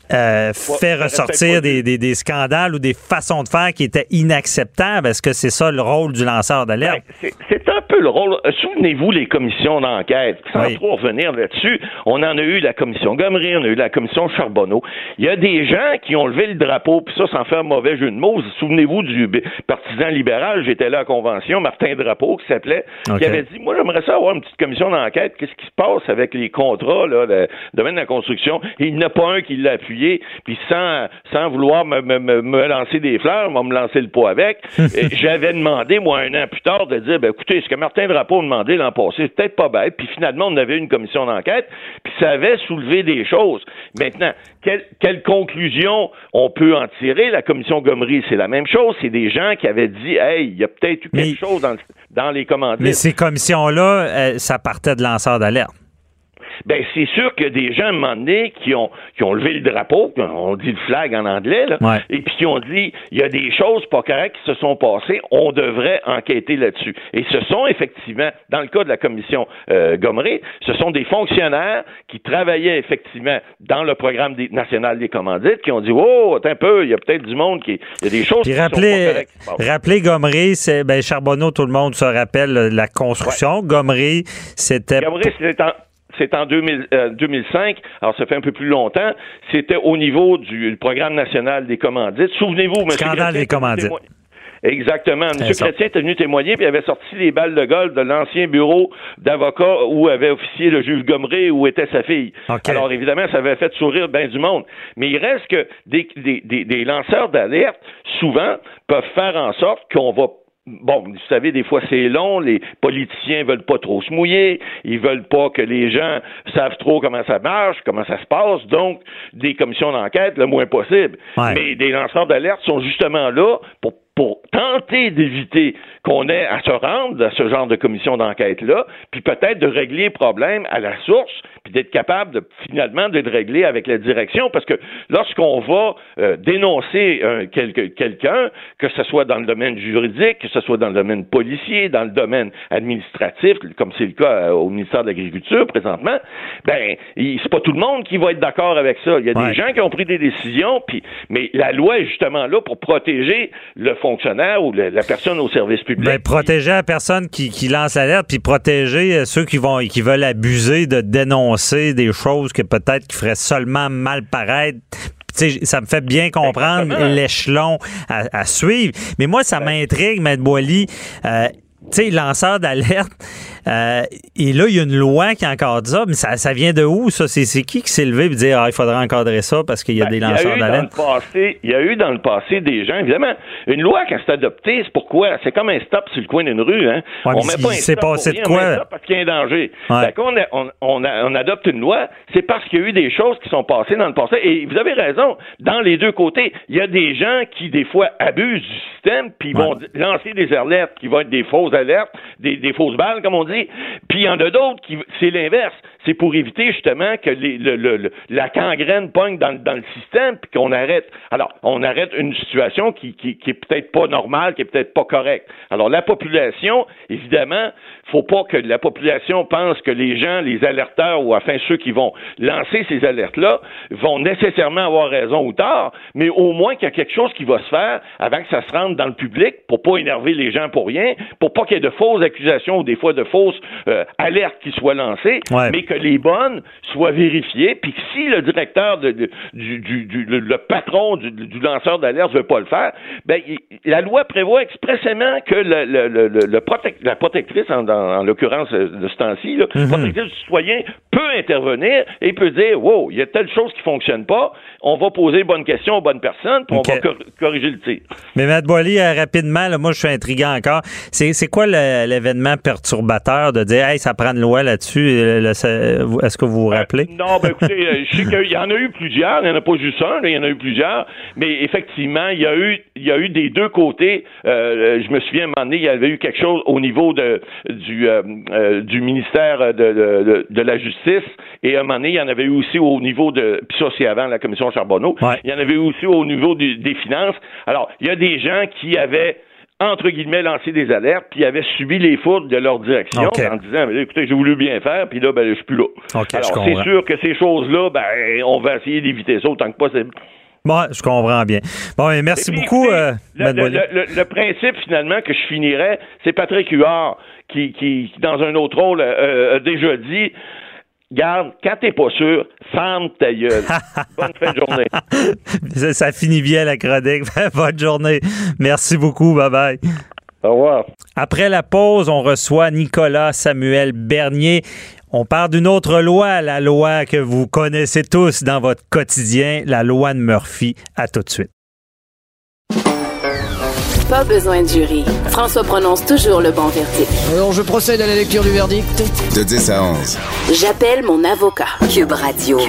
euh, fait ouais, ressortir des, des, des scandales ou des façons de faire qui étaient inacceptables. Est-ce que c'est ça le rôle du lanceur d'alerte? Ben, c'est, c'est un peu le rôle. Souvenez-vous les commissions d'enquête. Sans oui. trop revenir là-dessus, on en a eu la commission Gomery, on a eu la commission Charbonneau. Il y a des gens qui ont levé le drapeau, puis ça, sans faire un mauvais jeu de mots. Souvenez-vous du partisan libéral, j'étais là à la convention, Martin Drapeau, qui s'appelait, okay. qui avait dit, moi, j'aimerais ça avoir une petite commission d'enquête. Qu'est-ce qui se passe avec les contrats, là, le domaine de la construction? Et il n'y en a pas un qui l'a appuyé, puis sans, sans vouloir me, me, me, me lancer des fleurs, on va me lancer le pot avec. J'avais demandé, moi, un an plus tard, de dire, ben, écoutez, ce que Martin Drapeau a demandé l'an passé, c'est peut-être pas bête, puis finalement, on avait une commission d'enquête, puis ça avait soulevé des choses. Maintenant, quelle, quelle conclusion on peut en tirer? La commission Gomery, c'est la même chose. C'est des gens qui avaient dit, hey, il y a peut-être eu quelque mais, chose dans, dans les commandites. Mais ces commissions-là, euh, ça partait de lanceurs d'alerte. Ben c'est sûr qu'il y a des gens à un moment donné qui ont qui ont levé le drapeau, on dit le flag en anglais, là, ouais. et puis qui ont dit il y a des choses pas correctes qui se sont passées, on devrait enquêter là-dessus. Et ce sont effectivement, dans le cas de la commission euh, Gomery, ce sont des fonctionnaires qui travaillaient effectivement dans le programme des, national des commandites qui ont dit oh attends un peu, il y a peut-être du monde qui il y a des choses puis qui rappelez, sont pas correctes qui se passent. Rappelez Gomery, c'est ben Charbonneau, tout le monde se rappelle la construction. Ouais. Gomery, c'était Gomery, c'était en C'est en deux mille, euh, deux mille cinq, alors ça fait un peu plus longtemps, c'était au niveau du programme national des commandites. Souvenez-vous, M. Scandale des commandites. Témo... Exactement. M. Chrétien était venu témoigner, puis il avait sorti les balles de golf de l'ancien bureau d'avocat où avait officié le juge Gomery, où était sa fille. Okay. Alors évidemment, ça avait fait sourire bien du monde. Mais il reste que des, des, des, des lanceurs d'alerte, souvent, peuvent faire en sorte qu'on va Bon, vous savez, des fois c'est long, les politiciens veulent pas trop se mouiller, ils veulent pas que les gens savent trop comment ça marche, comment ça se passe, donc des commissions d'enquête le moins possible. Ouais. Mais des lanceurs d'alerte sont justement là pour pour tenter d'éviter qu'on ait à se rendre à ce genre de commission d'enquête-là, puis peut-être de régler les problèmes à la source, puis d'être capable de finalement de le régler avec la direction, parce que lorsqu'on va euh, dénoncer un, quelque, quelqu'un, que ce soit dans le domaine juridique, que ce soit dans le domaine policier, dans le domaine administratif, comme c'est le cas euh, au ministère de l'Agriculture présentement, ben il, c'est pas tout le monde qui va être d'accord avec ça. Il y a ouais. des gens qui ont pris des décisions, puis mais la loi est justement là pour protéger le fonctionnaire ou le, la personne au service public. Ben, protéger la personne qui, qui lance l'alerte, puis protéger ceux qui vont qui veulent abuser de dénoncer des choses que peut-être qui feraient seulement mal paraître. T'sais, ça me fait bien comprendre Exactement. l'échelon à, à suivre. Mais moi, ça ouais. m'intrigue, M. Boily. Euh, tu sais, lanceur d'alerte, euh, et là, il y a une loi qui encadre ça, mais ça, ça vient de où, ça? C'est, c'est qui qui s'est levé et dit, ah, il faudrait encadrer ça parce qu'il y a ben, des lanceurs il y a eu d'alerte? Dans le passé, il y a eu dans le passé des gens, évidemment, une loi, quand c'est adopté, c'est pourquoi? C'est comme un stop sur le coin d'une rue, hein? Ouais, on met pas un stop pour rien, on met un stop parce qu'il y a un danger. Ouais. Ben, quand on, a, on, on, a, on adopte une loi, c'est parce qu'il y a eu des choses qui sont passées dans le passé. Et vous avez raison, dans les deux côtés, il y a des gens qui, des fois, abusent du système, puis ouais. vont lancer des alertes qui vont être des fausses alertes, des, des fausses balles, comme on dit. Puis il y en a d'autres qui, c'est l'inverse. C'est pour éviter justement que les, le, le, le, la gangrène pogne dans, dans le système, puis qu'on arrête. Alors, on arrête une situation qui, qui, qui est peut-être pas normale, qui est peut-être pas correcte. Alors, la population, évidemment, faut pas que la population pense que les gens, les alerteurs, ou enfin ceux qui vont lancer ces alertes-là, vont nécessairement avoir raison ou tort, mais au moins qu'il y a quelque chose qui va se faire avant que ça se rende dans le public, pour pas énerver les gens pour rien, pour pas qu'il y ait de fausses accusations ou des fois de fausses euh, alertes qui soient lancées, ouais. mais que les bonnes soient vérifiées, puis que si le directeur, de, de, du, du, du le, le patron du, du lanceur d'alerte veut pas le faire, ben il, la loi prévoit expressément que le, le, le, le protect, la protectrice, en, en, en l'occurrence de ce temps-ci, la mm-hmm. protectrice du citoyen peut intervenir et peut dire, wow, il y a telle chose qui fonctionne pas, on va poser les bonnes questions aux bonnes personnes, puis okay. on va cor- corriger le tir. Mais M. Boily, euh, rapidement, là, moi je suis intrigué encore. C'est, c'est quoi le, l'événement perturbateur de dire, hey, ça prend une loi là-dessus? Le, le, est-ce que vous vous rappelez? Euh, non, ben écoutez, je sais qu'il y en a eu plusieurs, il n'y en a pas juste un, là, il y en a eu plusieurs, mais effectivement, il y a eu, il y a eu des deux côtés. Euh, je me souviens, à un moment donné, il y avait eu quelque chose au niveau de, du, euh, euh, du ministère de, de, de, de la Justice, et à un moment donné, il y en avait eu aussi au niveau de, puis ça c'est avant la commission Charbonneau, ouais. il y en avait eu aussi au niveau du, des finances. Alors, il y a des gens qui avaient entre guillemets, lancé des alertes, puis avaient subi les foudres de leur direction okay. en disant, mais, écoutez, j'ai voulu bien faire, puis là, ben, je suis plus là. Okay, Alors, c'est sûr que ces choses-là, ben, on va essayer d'éviter ça autant que possible. Bon, je comprends bien. Bon, et merci puis, beaucoup, euh, le, le, le, le principe, finalement, que je finirais, c'est Patrick Huard qui, qui, dans un autre rôle, euh, a déjà dit, garde, quand t'es pas sûr, ferme ta gueule. Bonne fin de journée. ça, ça finit bien la chronique. Bonne journée. Merci beaucoup. Bye-bye. Au revoir. Après la pause, on reçoit Nicolas Samuel Bernier. On parle d'une autre loi, la loi que vous connaissez tous dans votre quotidien, la loi de Murphy. À tout de suite. Pas besoin de jury. François prononce toujours le bon verdict. Alors, je procède à la lecture du verdict. De dix à onze. J'appelle mon avocat. Cube Radio.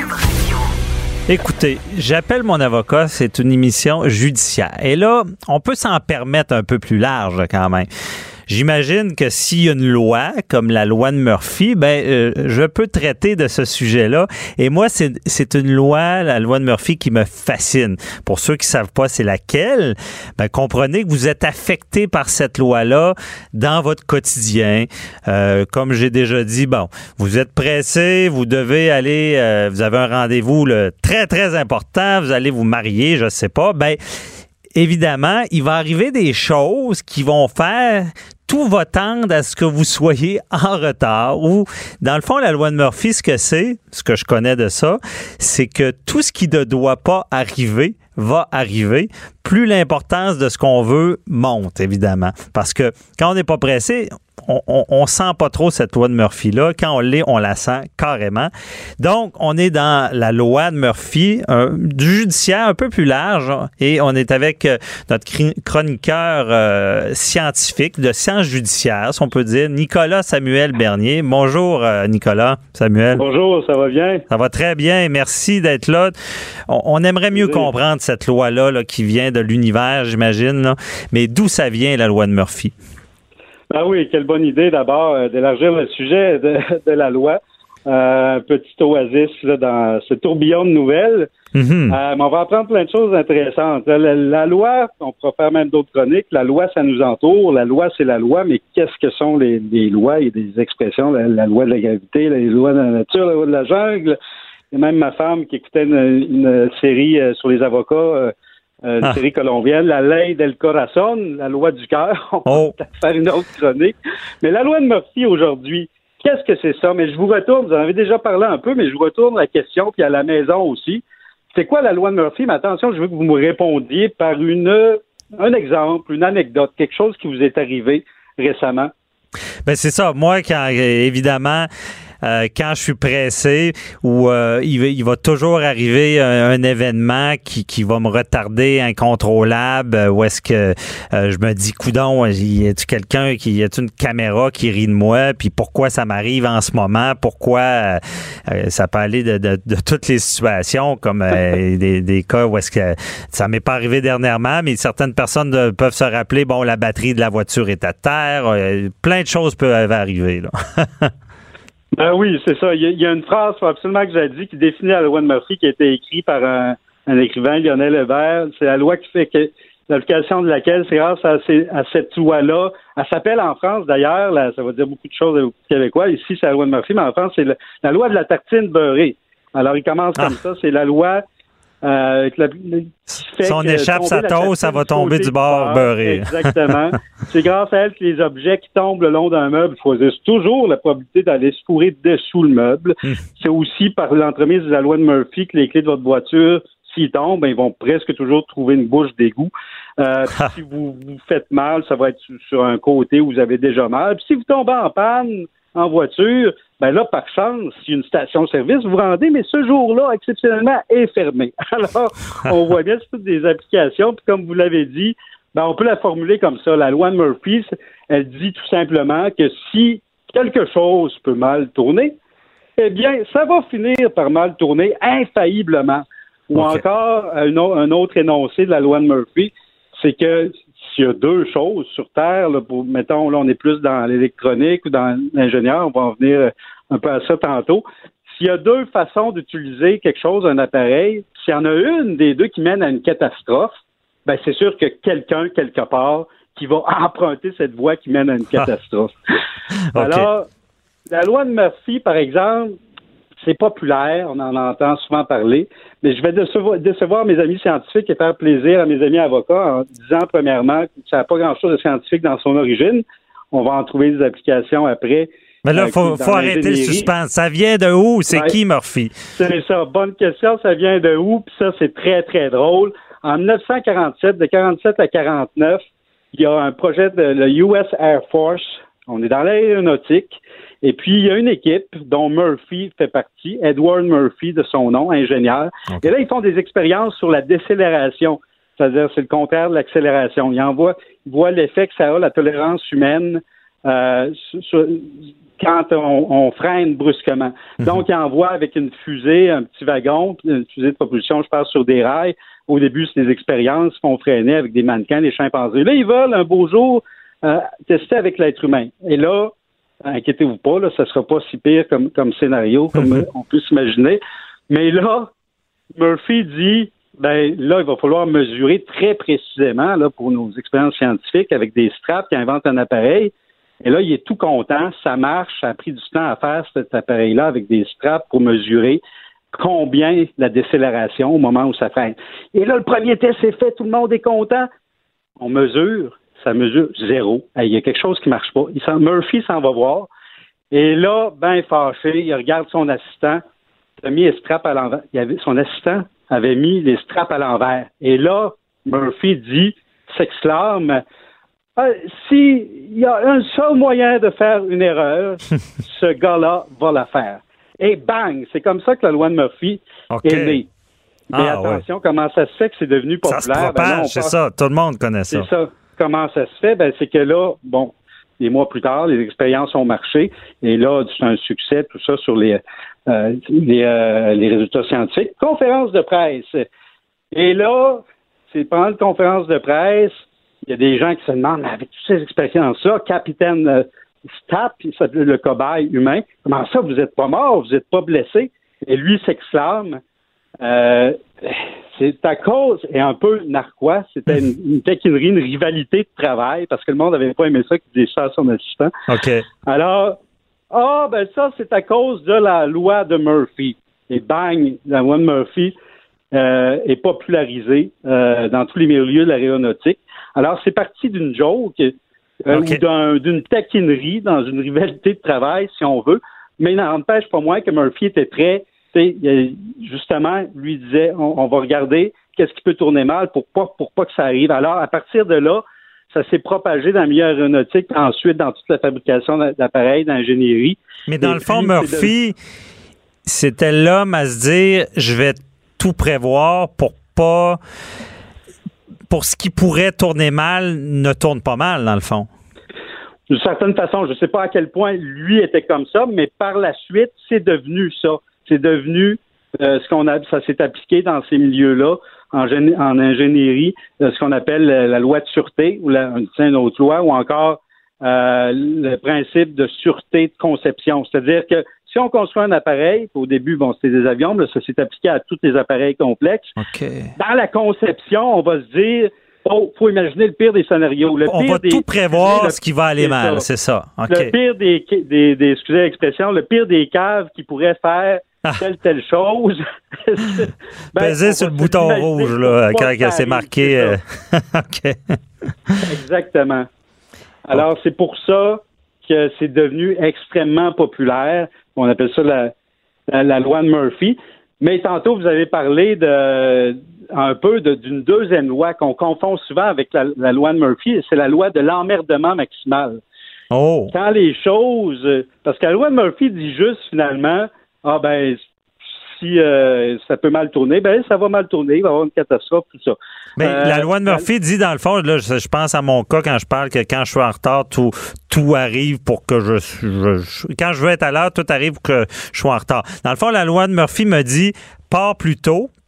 Écoutez, J'appelle mon avocat, c'est une émission judiciaire. Et là, on peut s'en permettre un peu plus large quand même. J'imagine que s'il y a une loi, comme la loi de Murphy, ben euh, je peux traiter de ce sujet-là. Et moi, c'est, c'est une loi, la loi de Murphy, qui me fascine. Pour ceux qui ne savent pas c'est laquelle, ben comprenez que vous êtes affecté par cette loi-là dans votre quotidien. Euh, comme j'ai déjà dit, bon, vous êtes pressé, vous devez aller, euh, vous avez un rendez-vous là, très, très important, vous allez vous marier, je sais pas, ben évidemment, il va arriver des choses qui vont faire tout va tendre à ce que vous soyez en retard ou, dans le fond, la loi de Murphy, ce que c'est, ce que je connais de ça, c'est que tout ce qui ne doit pas arriver va arriver. Plus l'importance de ce qu'on veut monte, évidemment. Parce que quand on n'est pas pressé, on, on, on sent pas trop cette loi de Murphy-là. Quand on l'est, on la sent carrément. Donc, on est dans la loi de Murphy, un, du judiciaire un peu plus large, et on est avec euh, notre chroniqueur euh, scientifique de sciences judiciaires, si on peut dire, Nicolas Samuel Bernier. Bonjour, euh, Nicolas Samuel. Bonjour, ça va bien? Ça va très bien. Merci d'être là. On, on aimerait mieux oui. comprendre cette loi-là là, qui vient de l'univers, j'imagine, là. Mais d'où ça vient, la loi de Murphy? Ah oui, quelle bonne idée d'abord euh, d'élargir le sujet de, de la loi. Euh, petit oasis là, dans ce tourbillon de nouvelles. Mm-hmm. Euh, mais on va apprendre plein de choses intéressantes. La, la loi, on pourra faire même d'autres chroniques, la loi, ça nous entoure. La loi, c'est la loi, mais qu'est-ce que sont les, les lois et des expressions? La, la loi de la gravité, les lois de la nature, la loi de la jungle. Et même ma femme qui écoutait une, une série euh, sur les avocats, euh, Euh, une ah. série colombienne, la ley del corazón, la loi du cœur. On oh. va faire une autre chronique. Mais la loi de Murphy aujourd'hui, qu'est-ce que c'est ça? Mais je vous retourne, vous en avez déjà parlé un peu, mais je vous retourne la question, puis à la maison aussi. C'est quoi la loi de Murphy? Mais attention, je veux que vous me répondiez par une un exemple, une anecdote, quelque chose qui vous est arrivé récemment. Ben c'est ça. Moi, quand évidemment... Euh, quand je suis pressé ou euh, il, il va toujours arriver un, un événement qui, qui va me retarder incontrôlable euh, où est-ce que euh, je me dis coudon, y a-tu quelqu'un qui y a-tu une caméra qui rit de moi, puis pourquoi ça m'arrive en ce moment, pourquoi euh, ça peut aller de, de, de toutes les situations comme euh, des, des cas où est-ce que ça m'est pas arrivé dernièrement, mais certaines personnes de, peuvent se rappeler, bon, la batterie de la voiture est à terre, euh, plein de choses peuvent arriver là. Ben oui, c'est ça. Il y, a, il y a une phrase absolument que j'ai dit qui définit la loi de Murphy qui a été écrite par un, un écrivain, Lionel Hébert. C'est la loi qui fait que l'application de laquelle, c'est grâce à, ces, à cette loi-là. Elle s'appelle en France d'ailleurs, là, ça va dire beaucoup de choses aux Québécois. Ici, c'est la loi de Murphy, mais en France, c'est le, la loi de la tartine beurrée. Alors, il commence ah. comme ça. C'est la loi... Euh, la, si on échappe sa toast, ça va tomber du bord beurré. Exactement. C'est grâce à elle que les objets qui tombent le long d'un meuble choisissent toujours la probabilité d'aller se fourrer dessous le meuble. Mmh. C'est aussi par l'entremise de la loi de Murphy que les clés de votre voiture, s'ils tombent, ben, ils vont presque toujours trouver une bouche d'égout. Euh, si vous vous faites mal, ça va être sur un côté où vous avez déjà mal. Puis si vous tombez en panne en voiture, ben là, par chance, s'il y a une station-service, vous vous rendez, mais ce jour-là, exceptionnellement, est fermé. Alors, on voit bien, c'est toutes des applications, puis comme vous l'avez dit, ben on peut la formuler comme ça. La loi de Murphy, elle dit tout simplement que si quelque chose peut mal tourner, eh bien, ça va finir par mal tourner infailliblement. Ou okay. encore, un, un autre énoncé de la loi de Murphy, c'est que s'il y a deux choses sur Terre, là, pour, mettons, là, on est plus dans l'électronique ou dans l'ingénieur, on va en venir un peu à ça tantôt. S'il y a deux façons d'utiliser quelque chose, un appareil, s'il y en a une des deux qui mène à une catastrophe, ben c'est sûr que quelqu'un, quelque part, qui va emprunter cette voie qui mène à une catastrophe. Ah. Okay. Alors, la loi de Murphy, par exemple, c'est populaire, on en entend souvent parler, mais je vais décevoir, décevoir mes amis scientifiques et faire plaisir à mes amis avocats en disant, premièrement, que ça n'a pas grand-chose de scientifique dans son origine. On va en trouver des applications après. Mais là, il faut, faut arrêter le suspense. Ça vient de où? C'est ouais. qui, Murphy? C'est ça. Bonne question. Ça vient de où? Puis ça, c'est très, très drôle. En dix-neuf cent quarante-sept, de quarante-sept à quarante-neuf, il y a un projet de la U S Air Force. On est dans l'aéronautique. Et puis, il y a une équipe dont Murphy fait partie, Edward Murphy de son nom, ingénieur. Okay. Et là, ils font des expériences sur la décélération. C'est-à-dire, c'est le contraire de l'accélération. Ils, envoient, ils voient l'effet que ça a, la tolérance humaine, euh, sur, quand on, on freine brusquement. Mm-hmm. Donc, ils envoient avec une fusée, un petit wagon, une fusée de propulsion, je passe sur des rails. Au début, c'est des expériences qu'on freinait avec des mannequins, des chimpanzés. Là, ils veulent, un beau jour, euh, tester avec l'être humain. Et là, inquiétez-vous pas, là, ça sera pas si pire comme, comme scénario, comme mm-hmm. on peut s'imaginer. Mais là, Murphy dit, ben là, il va falloir mesurer très précisément, là, pour nos expériences scientifiques, avec des straps qui inventent un appareil. Et là, il est tout content, ça marche, ça a pris du temps à faire cet appareil-là avec des straps pour mesurer combien la décélération au moment où ça freine. Et là, le premier test est fait, tout le monde est content. On mesure. Ça mesure zéro. Il y a quelque chose qui ne marche pas. Il s'en, Murphy s'en va voir. Et là, ben fâché, il regarde son assistant. Il a mis les straps à l'envers. Il avait, son assistant avait mis les straps à l'envers. Et là, Murphy dit, s'exclame, ah, si il y a un seul moyen de faire une erreur, ce gars-là va la faire. Et bang! C'est comme ça que la loi de Murphy okay. est née. Mais ah, attention, ouais. comment ça se fait que c'est devenu populaire? Ça se propage, ben là, c'est passe... ça. Tout le monde connaît ça. C'est ça. Comment ça se fait? Ben, c'est que là, bon, des mois plus tard, les expériences ont marché. Et là, c'est un succès, tout ça, sur les, euh, les, euh, les résultats scientifiques. Conférence de presse. Et là, c'est pendant une conférence de presse, il y a des gens qui se demandent, mais avec toutes ces expériences-là, capitaine euh, Stapp, le cobaye humain, comment ça, vous n'êtes pas mort, vous n'êtes pas blessé? Et lui s'exclame, euh, c'est à cause, et un peu narquois, c'était une, une taquinerie, une rivalité de travail, parce que le monde n'avait pas aimé ça qu'il dise ça à son assistant. OK. Alors, ah, oh, ben ça, c'est à cause de la loi de Murphy. Et bang, la loi de Murphy euh, est popularisée euh, dans tous les milieux de l'aéronautique. Alors, c'est parti d'une joke euh, okay. ou d'un, d'une taquinerie dans une rivalité de travail, si on veut, mais il n'empêche pas moins que Murphy était très... Justement, lui disait, on, on va regarder qu'est-ce qui peut tourner mal pour pas pour pas que ça arrive. Alors, à partir de là, ça s'est propagé dans le milieu aéronautique, ensuite dans toute la fabrication d'appareils, d'ingénierie. Mais dans Et le fond, Murphy, de... c'était l'homme à se dire, je vais tout prévoir pour pas, pour ce qui pourrait tourner mal, ne tourne pas mal, dans le fond. D'une certaine façon, je ne sais pas à quel point lui était comme ça, mais par la suite, c'est devenu ça. C'est devenu euh, ce qu'on a, ça s'est appliqué dans ces milieux-là, en, gén- en ingénierie, euh, ce qu'on appelle la, la loi de sûreté, ou la, une autre loi, ou encore euh, le principe de sûreté de conception. C'est-à-dire que si on construit un appareil, au début, bon, c'était des avions, mais là, ça s'est appliqué à tous les appareils complexes. Okay. Dans la conception, on va se dire, oh, faut imaginer le pire des scénarios. Le on pire va des, tout prévoir le, ce qui va aller c'est mal, ça. C'est ça. Okay. Le pire des, des, des, excusez l'expression, le pire des caves qui pourraient faire ah. telle, telle chose. ben, Peser sur le bouton rouge, là, quand c'est marqué. C'est euh... OK. Exactement. Alors, oh. c'est pour ça que c'est devenu extrêmement populaire. On appelle ça la, la, la loi de Murphy. Mais tantôt, vous avez parlé de un peu de, d'une deuxième loi qu'on confond souvent avec la, la loi de Murphy, c'est la loi de l'emmerdement maximal. Oh. Quand les choses... Parce que la loi de Murphy dit juste, finalement, ah ben, si euh, ça peut mal tourner, ben ça va mal tourner, il va y avoir une catastrophe, tout ça. Mais euh, la loi de Murphy euh, dit, dans le fond, là, je, je pense à mon cas quand je parle que quand je suis en retard, tout, tout arrive pour que je, je, je... Quand je veux être à l'heure, tout arrive pour que je sois en retard. Dans le fond, la loi de Murphy me dit, pars plus tôt,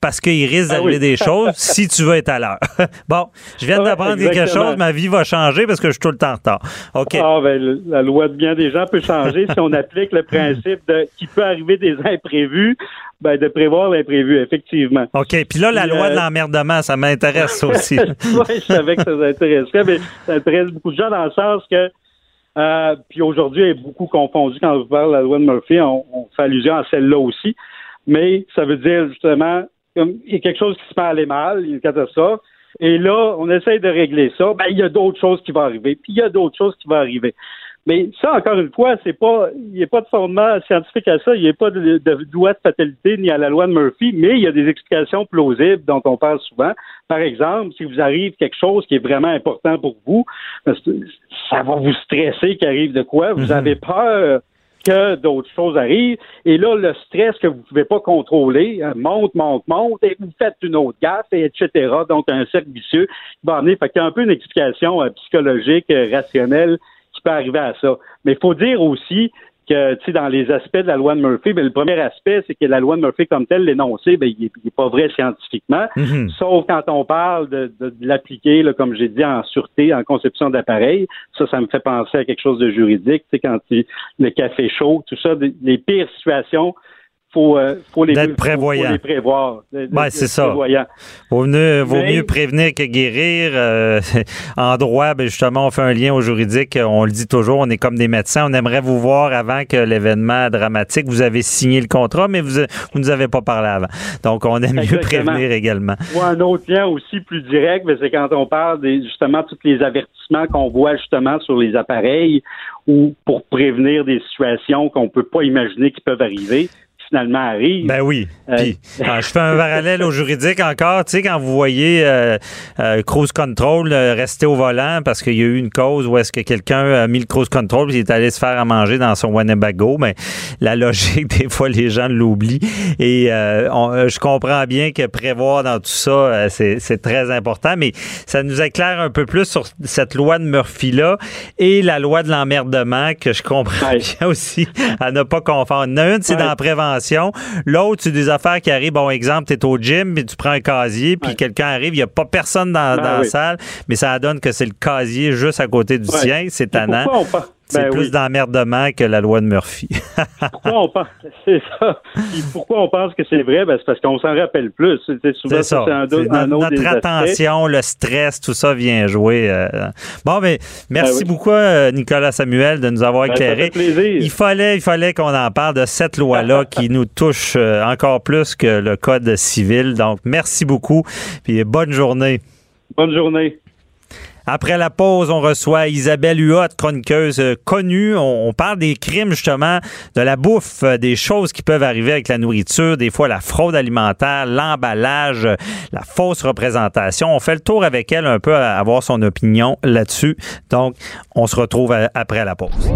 parce qu'il risque Ah d'arriver oui. des choses si tu veux être à l'heure. Bon, je viens Ouais, d'apprendre quelque exactement. chose, ma vie va changer parce que je suis tout le temps en retard. OK. Ah, ben, le- la loi de bien des gens peut changer si on applique le principe de qu'il peut arriver des imprévus, ben, de prévoir l'imprévu, effectivement. OK. Puis là, la Puis, loi euh, de l'emmerdement, ça m'intéresse aussi. Oui, je savais que ça vous intéresserait, mais ça intéresse beaucoup de gens dans le sens que, euh, puis aujourd'hui, elle est beaucoup confondue quand on parle de la loi de Murphy, on, on fait allusion à celle-là aussi, mais ça veut dire justement, comme, il y a quelque chose qui se met à aller mal, il y a une catastrophe, et là, on essaye de régler ça, ben, il y a d'autres choses qui vont arriver, puis il y a d'autres choses qui vont arriver. Mais ça, encore une fois, c'est pas, il n'y a pas de fondement scientifique à ça, il n'y a pas de, de loi de fatalité ni à la loi de Murphy, mais il y a des explications plausibles dont on parle souvent. Par exemple, si vous arrive quelque chose qui est vraiment important pour vous, parce que ça va vous stresser qu'il arrive de quoi, vous Mhm. avez peur que d'autres choses arrivent, et là, le stress que vous ne pouvez pas contrôler hein, monte, monte, monte, et vous faites une autre gaffe, et et cetera. Donc, un cercle vicieux qui va amener, fait qu'il y a un peu une explication euh, psychologique, euh, rationnelle, qui peut arriver à ça. Mais il faut dire aussi que, tu sais, dans les aspects de la loi de Murphy, ben, le premier aspect, c'est que la loi de Murphy comme telle, l'énoncé, ben, il n'est pas vrai scientifiquement, Mhm. sauf quand on parle de, de, de l'appliquer, là, comme j'ai dit, en sûreté, en conception d'appareils. Ça, ça me fait penser à quelque chose de juridique, tu sais, quand il- le café chaud, tout ça, des- les pires situations, faut, euh, faut les, D'être faut- prévoyant. faut les prévoir. De- de- Ben, d'être c'est ça. prévoyant. Vaut mieux, vaut Mais- mieux prévenir que guérir. Euh, en droit, ben justement, on fait un lien au juridique. On le dit toujours, on est comme des médecins. On aimerait vous voir avant que l'événement dramatique. Vous avez signé le contrat, mais vous, vous nous avez pas parlé avant. Donc, on aime mieux Exactement. prévenir également. Ou un autre lien aussi plus direct, mais c'est quand on parle des, justement tous les avertissements qu'on voit justement sur les appareils ou pour prévenir des situations qu'on peut pas imaginer qui peuvent arriver, qui finalement arrivent. Ben oui. Euh, Puis, ah, je fais un parallèle au juridique encore. Tu sais, quand vous voyez euh, euh, cruise control euh, rester au volant parce qu'il y a eu une cause où est-ce que quelqu'un a mis le cruise control puis il est allé se faire à manger dans son Winnebago, mais la logique, des fois, les gens l'oublient. Et euh, on- je comprends bien que prévoir dans tout ça, euh, c'est, c'est très important, mais ça nous éclaire un peu plus sur cette loi de Murphy-là et la loi de l'emmerdement que je comprends Ouais. bien aussi à ne pas confondre. Il y en a une, c'est Ouais. dans la prévention. L'autre, c'est des affaires qui arrivent. Bon, exemple, tu es au gym, puis tu prends un casier, puis Ouais. quelqu'un arrive, il n'y a pas personne dans, Ben dans la oui. salle, mais ça donne que c'est le casier juste à côté du Ouais. sien. C'est Puis tannant. pourquoi on parle- C'est Ben plus oui. d'emmerdement que la loi de Murphy. Pourquoi on pense c'est ça. Puis pourquoi on pense que c'est vrai? Ben, c'est parce qu'on s'en rappelle plus. C'est, c'est souvent C'est ça. c'est un, do- C'est un no- autre notre des aspects. attention, le stress, tout ça vient jouer. euh. Bon, mais merci Ben oui. beaucoup, euh, Nicolas Samuel, de nous avoir Ben, ça éclairé. fait plaisir. Il fallait, il fallait qu'on en parle de cette loi-là qui nous touche euh, encore plus que le code civil. Donc, merci beaucoup. Puis bonne journée. Bonne journée. Après la pause, on reçoit Isabelle Huot, chroniqueuse euh, connue. On, on parle des crimes, justement, de la bouffe, euh, des choses qui peuvent arriver avec la nourriture, des fois la fraude alimentaire, l'emballage, euh, la fausse représentation. On fait le tour avec elle un peu à avoir son opinion là-dessus. Donc, on se retrouve à- après la pause.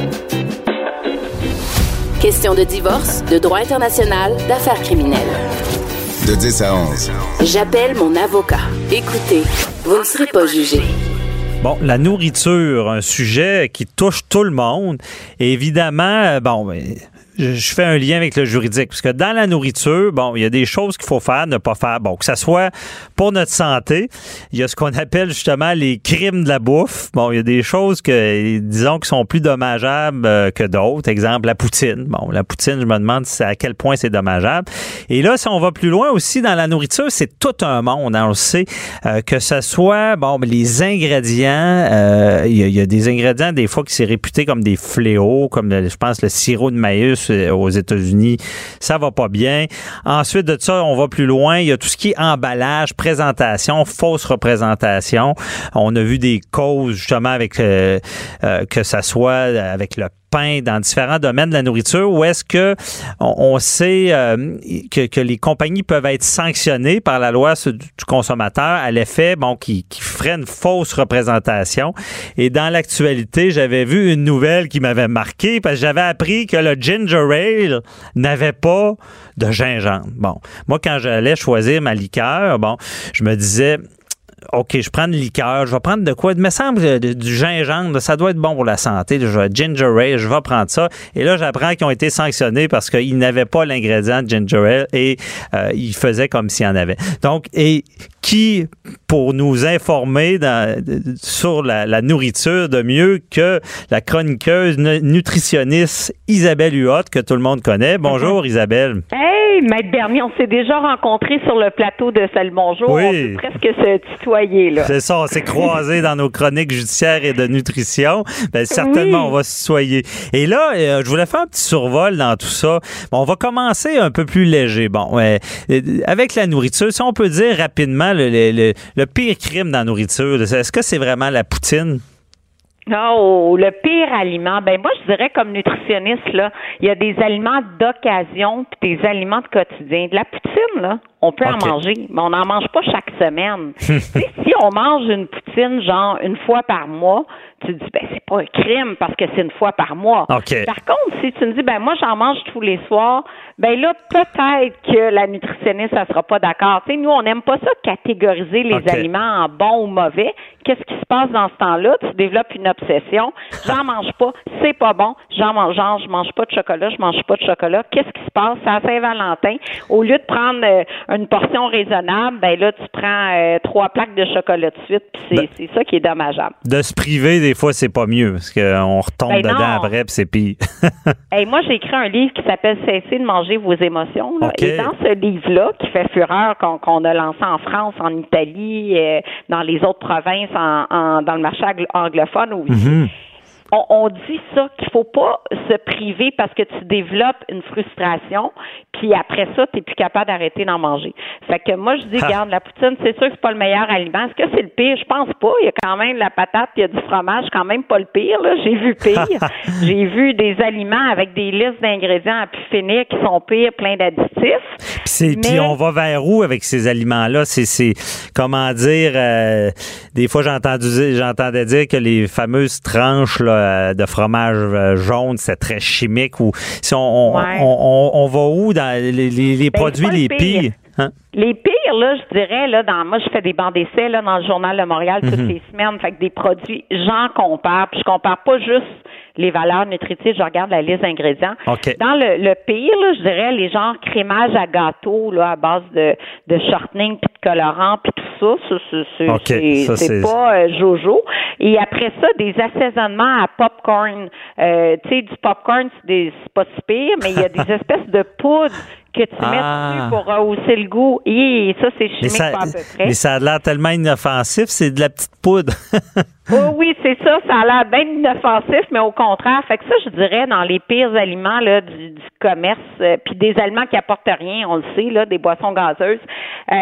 Question de divorce, de droit international, d'affaires criminelles. De dix à onze. J'appelle mon avocat. Écoutez, vous ne serez pas jugé. Bon, la nourriture, un sujet qui touche tout le monde. Et évidemment, euh, bon, ben, je je fais un lien avec le juridique, parce que dans la nourriture, bon, il y a des choses qu'il faut faire, ne pas faire. Bon, que ça soit pour notre santé, il y a ce qu'on appelle justement les crimes de la bouffe. Bon, il y a des choses que, disons, qui sont plus dommageables euh, que d'autres. Exemple, la poutine. Bon, la poutine, je me demande si- à quel point c'est dommageable. Et là, si on va plus loin aussi dans la nourriture, c'est tout un monde, hein, on le sait, euh, que ce soit, bon, les ingrédients, euh, il y, a- il y a des ingrédients, des fois, qui c'est réputé comme des fléaux, comme, le- je pense, le sirop de maïs euh, aux États-Unis, ça va pas bien. Ensuite de ça, on va plus loin, il y a tout ce qui est emballage, présentation, fausse représentation. On a vu des causes, justement, avec euh, euh, que ça soit avec le pain dans différents domaines de la nourriture, où est-ce que on, on sait euh, que, que les compagnies peuvent être sanctionnées par la loi du, du consommateur à l'effet, bon, qui, qui ferait une fausse représentation. Et dans l'actualité, j'avais vu une nouvelle qui m'avait marqué parce que j'avais appris que le ginger ale n'avait pas de gingembre. Bon, moi, quand j'allais choisir ma liqueur, bon, je me disais, OK, je prends une liqueur, je vais prendre de quoi? Il me semble euh, du gingembre, ça doit être bon pour la santé. Je vais ginger ale, je vais prendre ça. Et là, j'apprends qu'ils ont été sanctionnés parce qu'ils n'avaient pas l'ingrédient de ginger ale et euh, ils faisaient comme s'il y en avait. Donc, et qui, pour nous informer dans, sur la, la nourriture de mieux que la chroniqueuse nutritionniste Isabelle Huot, que tout le monde connaît. Bonjour, Isabelle. Hey, Maître Bernier, on s'est déjà rencontrés sur le plateau de Salut Bonjour. Oui. On peut presque se tutoyer, là. C'est ça, on s'est croisés dans nos chroniques judiciaires et de nutrition. Ben, certainement, oui. On va se tutoyer. Et là, euh, je voulais faire un petit survol dans tout ça. Bon, on va commencer un peu plus léger. Bon, euh, avec la nourriture, si on peut dire rapidement le, le, le, le pire crime dans la nourriture, est-ce que c'est vraiment la poutine? Oh, le pire aliment, ben moi je dirais comme nutritionniste, là, il y a des aliments d'occasion puis des aliments de quotidien. De la poutine, là, on peut okay. en manger, mais on n'en mange pas chaque semaine. Si on mange une poutine genre une fois par mois, tu te dis ben c'est pas un crime parce que c'est une fois par mois. Okay. Par contre, si tu me dis ben moi j'en mange tous les soirs, ben là peut-être que la nutritionniste ça sera pas d'accord. Tu sais, nous on n'aime pas ça catégoriser les okay. aliments en bons ou mauvais. Qu'est-ce qui se passe dans ce temps-là? Tu développes une obsession. J'en mange pas, c'est pas bon. J'en mange, genre, je mange pas de chocolat, je mange pas de chocolat. Qu'est-ce qui se passe? C'est à Saint-Valentin. Au lieu de prendre euh, une portion raisonnable, ben là, tu prends euh, trois plaques de chocolat de suite, puis c'est, ben, c'est ça qui est dommageable. De se priver, des fois, c'est pas mieux, parce qu'on retombe ben dedans après, puis c'est pire. Hey, moi, j'ai écrit un livre qui s'appelle « Cessez de manger vos émotions ». Okay. Et dans ce livre-là, qui fait fureur, qu'on, qu'on a lancé en France, en Italie, euh, dans les autres provinces, En, en, dans le marché anglophone aussi. Mm-hmm. On, on dit ça, qu'il faut pas se priver parce que tu développes une frustration, puis après ça, tu n'es plus capable d'arrêter d'en manger. Fait que moi, je dis, regarde, la poutine, c'est sûr que c'est pas le meilleur aliment. Est-ce que c'est le pire? Je pense pas. Il y a quand même de la patate, puis il y a du fromage, quand même pas le pire, là. J'ai vu pire. J'ai vu des aliments avec des listes d'ingrédients à pu finir qui sont pires, plein d'additifs. Puis Mais... on va vers où avec ces aliments-là? C'est, c'est comment dire, euh, des fois, j'ai entendu, j'entendais dire que les fameuses tranches, là, de fromage jaune, c'est très chimique. Ou si on, on, ouais. on, on, on va où dans les, les, les ben, produits les pires? Hein? Les pires, là, je dirais, là, dans moi, je fais des bancs d'essai là, dans le Journal de Montréal toutes mm-hmm. les semaines. Fait que des produits, j'en compare. Puis je compare pas juste les valeurs nutritives, je regarde la liste d'ingrédients. Okay. Dans le, le pire, là, je dirais les genres crémage à gâteau là, à base de, de shortening puis de colorant puis tout ça. Ça, c'est, c'est, okay. c'est, ça, c'est c'est pas euh, jojo. Et après ça, des assaisonnements à popcorn. Euh, tu sais, du popcorn, c'est, des, c'est pas si pire, mais il y a des espèces de poudre que tu ah. mets dessus pour rehausser le goût. Et ça, c'est chimique ça, pas à peu près. Mais ça a l'air tellement inoffensif, c'est de la petite poudre. Oh oui, c'est ça. Ça a l'air bien inoffensif, mais au contraire. Fait que ça, je dirais, dans les pires aliments là, du, du commerce, euh, puis des aliments qui apportent rien, on le sait, là, des boissons gazeuses, euh,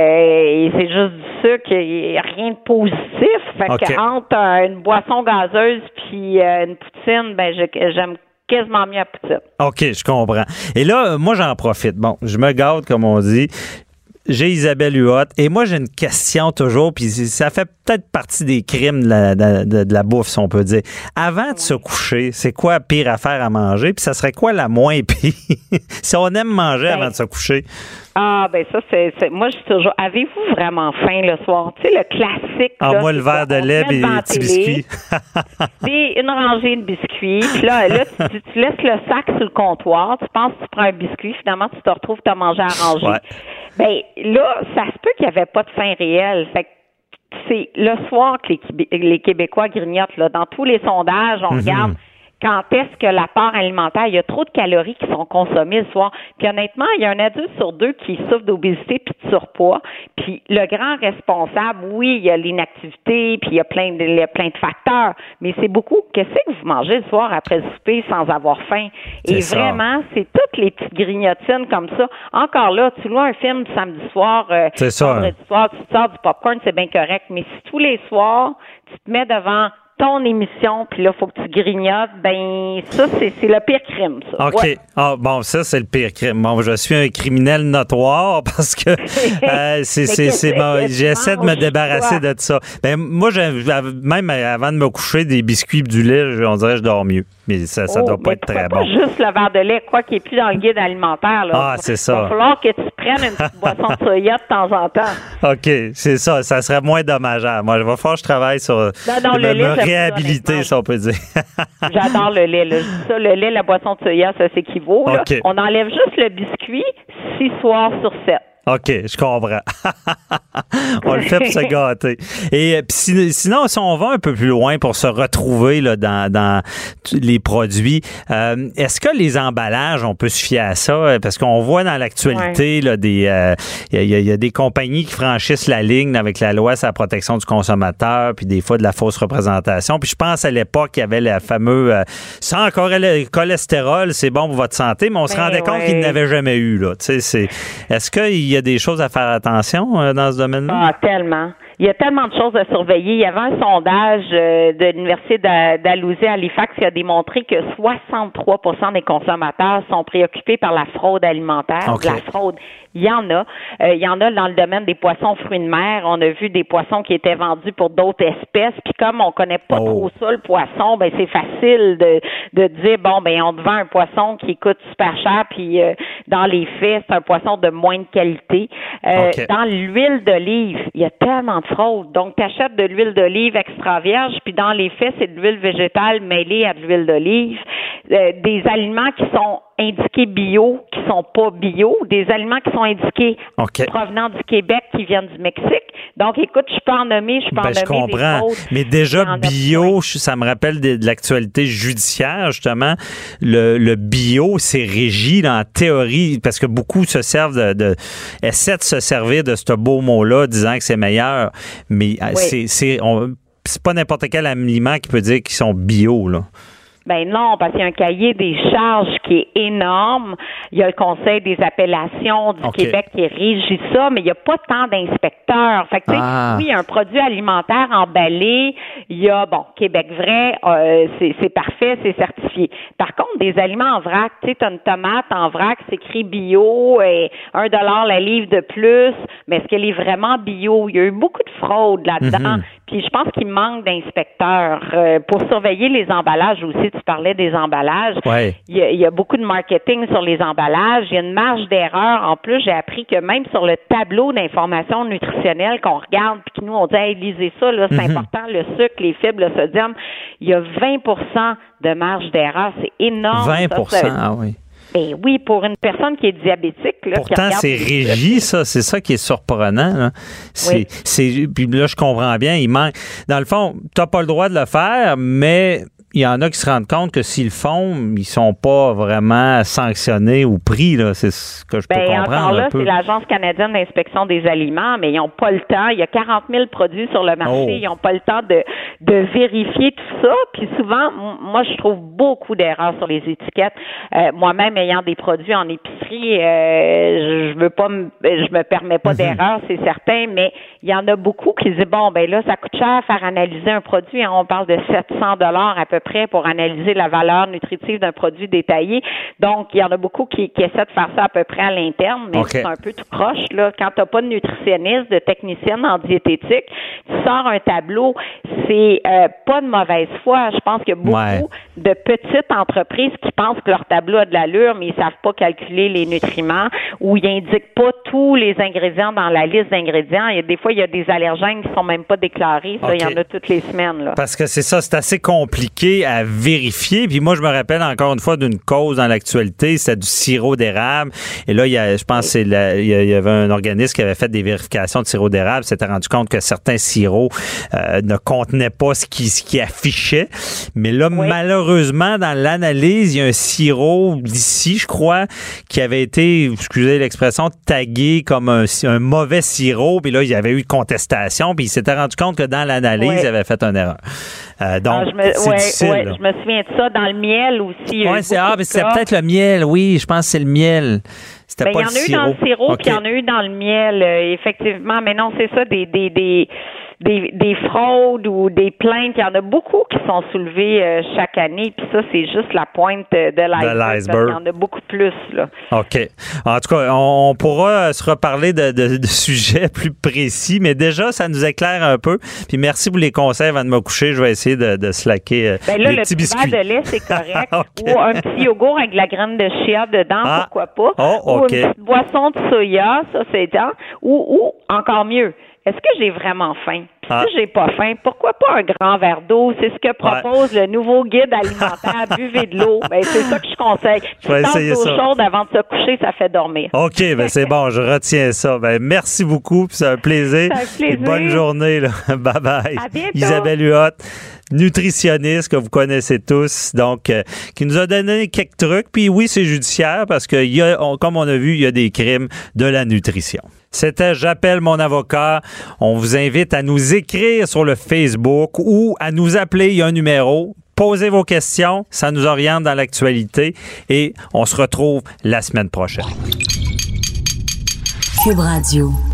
et c'est juste du sucre, il n'y a rien de positif. Fait okay. que entre euh, une boisson gazeuse puis euh, une poutine, ben je, j'aime quasiment mieux la poutine. OK, je comprends. Et là, moi, j'en profite. Bon, je me gâte, comme on dit. J'ai Isabelle Huot. Et moi, j'ai une question toujours, puis ça fait peut-être partie des crimes de la, de, de, de la bouffe, si on peut dire. Avant de se coucher, c'est quoi la pire affaire à manger? Puis ça serait quoi la moins pire? Si on aime manger ben, avant de se coucher. Ah, ben ça, c'est, c'est... Moi, je suis toujours... Avez-vous vraiment faim le soir? Tu sais, le classique. Ah, là, moi, le verre de lait et les petits biscuits. C'est une rangée de biscuits. Puis là, là tu, tu laisses le sac sur le comptoir. Tu penses que tu prends un biscuit. Finalement, tu te retrouves, tu as mangé à ranger. Ouais. Ben là, ça se peut qu'il n'y avait pas de faim réelle. Fait que c'est le soir que les, Québé- les Québécois grignotent. Là. Dans tous les sondages, on mm-hmm. regarde quand est-ce que l'apport alimentaire, il y a trop de calories qui sont consommées le soir. Puis honnêtement, il y a un adulte sur deux qui souffre d'obésité puis de surpoids. Puis le grand responsable, oui, il y a l'inactivité, puis il y a plein de, il y a plein de facteurs, mais c'est beaucoup. Qu'est-ce que vous mangez le soir après le souper sans avoir faim? Et c'est vraiment, ça. C'est toutes les petites grignotines comme ça. Encore là, tu loues un film samedi soir, euh, c'est ça. vendredi soir, tu te sors du popcorn, c'est bien correct. Mais si tous les soirs, tu te mets devant ton émission, puis là, il faut que tu grignotes, ben ça, c'est, c'est le pire crime, ça. OK. Ouais. Ah, bon, ça, c'est le pire crime. Bon, je suis un criminel notoire parce que euh, c'est, c'est, c'est bon, j'essaie de me débarrasser quoi? de ça. Ben, moi, même avant de me coucher, des biscuits et du lait, on dirait que je dors mieux. Mais ça, ça oh, doit pas être très bon. Pas juste le verre de lait, quoi, qui est plus dans le guide alimentaire. Là. Ah, c'est ça. Il va falloir que tu prenne une petite boisson de soya de temps en temps. OK, c'est ça. Ça serait moins dommageable. Moi, il va falloir que je travaille sur non, non, me, le lait, me réhabiliter, si on peut dire. J'adore le lait. Là. Ça, le lait, la boisson de soya, ça s'équivaut. Là. Okay. On enlève juste le biscuit six soirs sur sept. OK, je comprends. On le fait pour se gâter. Et puis, sinon, si on va un peu plus loin pour se retrouver là, dans, dans les produits, euh, est-ce que les emballages, on peut se fier à ça? Parce qu'on voit dans l'actualité, il ouais. des, euh, y, y, y a des compagnies qui franchissent la ligne avec la loi sur la protection du consommateur, puis des fois de la fausse représentation. Puis je pense à l'époque, il y avait le fameux euh, sans cholestérol, c'est bon pour votre santé, mais on se mais rendait ouais. compte qu'il n'avait jamais eu. Là. C'est, est-ce qu'il y a des choses à faire attention euh, dans ce domaine-là? Ah, tellement. Il y a tellement de choses à surveiller. Il y avait un sondage euh, de l'Université d'Alousie à Halifax qui a démontré que soixante-trois pour cent des consommateurs sont préoccupés par la fraude alimentaire. Okay. La fraude, il y en a. Euh, il y en a dans le domaine des poissons fruits de mer. On a vu des poissons qui étaient vendus pour d'autres espèces. Puis comme on connaît pas oh. trop ça, le poisson, ben c'est facile de, de dire, bon, ben on te vend un poisson qui coûte super cher, puis euh, dans les faits, c'est un poisson de moindre qualité. Euh, okay. Dans l'huile d'olive, il y a tellement de fraude. Donc, tu achètes de l'huile d'olive extra vierge, puis dans les faits, c'est de l'huile végétale mêlée à de l'huile d'olive. Euh, des aliments qui sont indiqués bio, qui sont pas bio, des aliments qui sont indiqués okay. provenant du Québec, qui viennent du Mexique. Donc, écoute, je peux en nommer, je peux ben, en je nommer comprends. des fraudes. Mais déjà, bio, ça me rappelle de, de l'actualité judiciaire, justement. Le, le bio, c'est régi dans la théorie, parce que beaucoup se servent de, de essaient de se servir de ce beau mot-là, disant que c'est meilleur. Mais oui. c'est, c'est, on, c'est pas n'importe quel aliment qui peut dire qu'ils sont bio, là. Ben non, parce qu'il y a un cahier des charges qui est énorme. Il y a le Conseil des appellations du okay. Québec qui régit ça, mais il n'y a pas tant d'inspecteurs. Fait que, tu sais, ah. oui, il y a un produit alimentaire emballé. Il y a, bon, Québec vrai, euh, c'est, c'est parfait, c'est certifié. Par contre, des aliments en vrac, tu sais, tu as une tomate en vrac, c'est écrit bio, et un dollar la livre de plus, mais est-ce qu'elle est vraiment bio? Il y a eu beaucoup de fraude là-dedans. Mm-hmm. Puis je pense qu'il manque d'inspecteurs euh, pour surveiller les emballages aussi. Tu parlais des emballages. Ouais. Il, y a, il y a beaucoup de marketing sur les emballages. Il y a une marge d'erreur. En plus, j'ai appris que même sur le tableau d'information nutritionnelle qu'on regarde, puis que nous, on dit, hey, lisez ça, là, c'est mm-hmm. important, le sucre, les fibres, le sodium, il y a vingt pour cent de marge d'erreur. C'est énorme. vingt pour cent, ça, ça, ah oui. Ben oui, pour une personne qui est diabétique. Là, pourtant, qui c'est régi, ça. C'est ça qui est surprenant. Là. C'est, oui. c'est, puis là, je comprends bien. Il manque. Dans le fond, tu n'as pas le droit de le faire, mais il y en a qui se rendent compte que s'ils le font, ils sont pas vraiment sanctionnés ou pris. Là. C'est ce que je ben, peux comprendre encore là, un peu. C'est l'Agence canadienne d'inspection des aliments, mais ils n'ont pas le temps. Il y a quarante mille produits sur le marché. Oh. Ils n'ont pas le temps de, de vérifier tout ça. Puis souvent, moi, je trouve beaucoup d'erreurs sur les étiquettes. Euh, moi-même, ayant des produits en épicerie, euh, je veux pas, me, je me permets pas mm-hmm. d'erreur, c'est certain, mais il y en a beaucoup qui disent, bon, ben là, ça coûte cher faire analyser un produit. Hein, on parle de sept cents dollars à peu près pour analyser la valeur nutritive d'un produit détaillé. Donc, il y en a beaucoup qui, qui essaient de faire ça à peu près à l'interne, mais okay. c'est un peu tout croche, là. Quand t'as pas de nutritionniste, de technicienne en diététique, tu sors un tableau, c'est euh, pas de mauvaise foi. Je pense qu'il y a beaucoup ouais. de petites entreprises qui pensent que leur tableau a de l'allure, mais ils savent pas calculer les nutriments ou ils indiquent pas tous les ingrédients dans la liste d'ingrédients. Il y a des fois, il y a des allergènes qui sont même pas déclarés. Ça, okay. il y en a toutes les semaines, là. Parce que c'est ça, c'est assez compliqué à vérifier. Puis moi, je me rappelle encore une fois d'une cause dans l'actualité, c'était du sirop d'érable. Et là, il y a, je pense qu'il y, y avait un organisme qui avait fait des vérifications de sirop d'érable, s'était rendu compte que certains sirops euh, ne contenaient pas ce qui, ce qui affichait. Mais là, oui. malheureusement, dans l'analyse, il y a un sirop d'ici, je crois, qui avait été, excusez l'expression, tagué comme un, un mauvais sirop. Puis là, il y avait eu de contestation. Puis il s'était rendu compte que dans l'analyse, oui. il avait fait une erreur. Euh, donc, ah, je me, c'est ouais, difficile. Ouais, je me souviens de ça. Dans le miel aussi. Oui, c'est, ah, mais c'est peut-être le miel. Oui, je pense que c'est le miel. C'était ben, pas il y en le a eu sirop. dans le sirop, okay. puis il y en a eu dans le miel, euh, effectivement. Mais non, c'est ça, des... des, des des, des fraudes ou des plaintes. Il y en a beaucoup qui sont soulevées euh, chaque année, puis ça, c'est juste la pointe de l'iceberg. De l'iceberg. Il y en a beaucoup plus, là. OK. En tout cas, on, on pourra se reparler de, de, de sujets plus précis, mais déjà, ça nous éclaire un peu. Puis merci pour les conseils avant de me coucher. Je vais essayer de, de slacker euh, ben là, les le petits biscuits. de lait, c'est correct. Okay. Ou un petit yogourt avec de la graine de chia dedans, ah. pourquoi pas. Oh, okay. Ou une petite boisson de soya, ça, c'est temps. Ou, ou, encore mieux, est-ce que j'ai vraiment faim? Puis ah. si j'ai pas faim, pourquoi pas un grand verre d'eau? C'est ce que propose ouais. le nouveau guide alimentaire. Buvez de l'eau. Ben, c'est ça que je conseille. Je vais essayer d'eau ça. chaude avant de se coucher, ça fait dormir. OK, ben c'est bon, je retiens ça. Ben merci beaucoup, puis c'est un plaisir. C'est un plaisir. Bonne journée, là. Bye bye. À bientôt. Isabelle Huot, nutritionniste que vous connaissez tous, donc euh, qui nous a donné quelques trucs. Puis oui, c'est judiciaire parce que il y a, on, comme on a vu, il y a des crimes de la nutrition. C'était J'appelle mon avocat. On vous invite à nous écrire sur le Facebook ou à nous appeler. Il y a un numéro. Posez vos questions. Ça nous oriente dans l'actualité. Et on se retrouve la semaine prochaine. Cube Radio.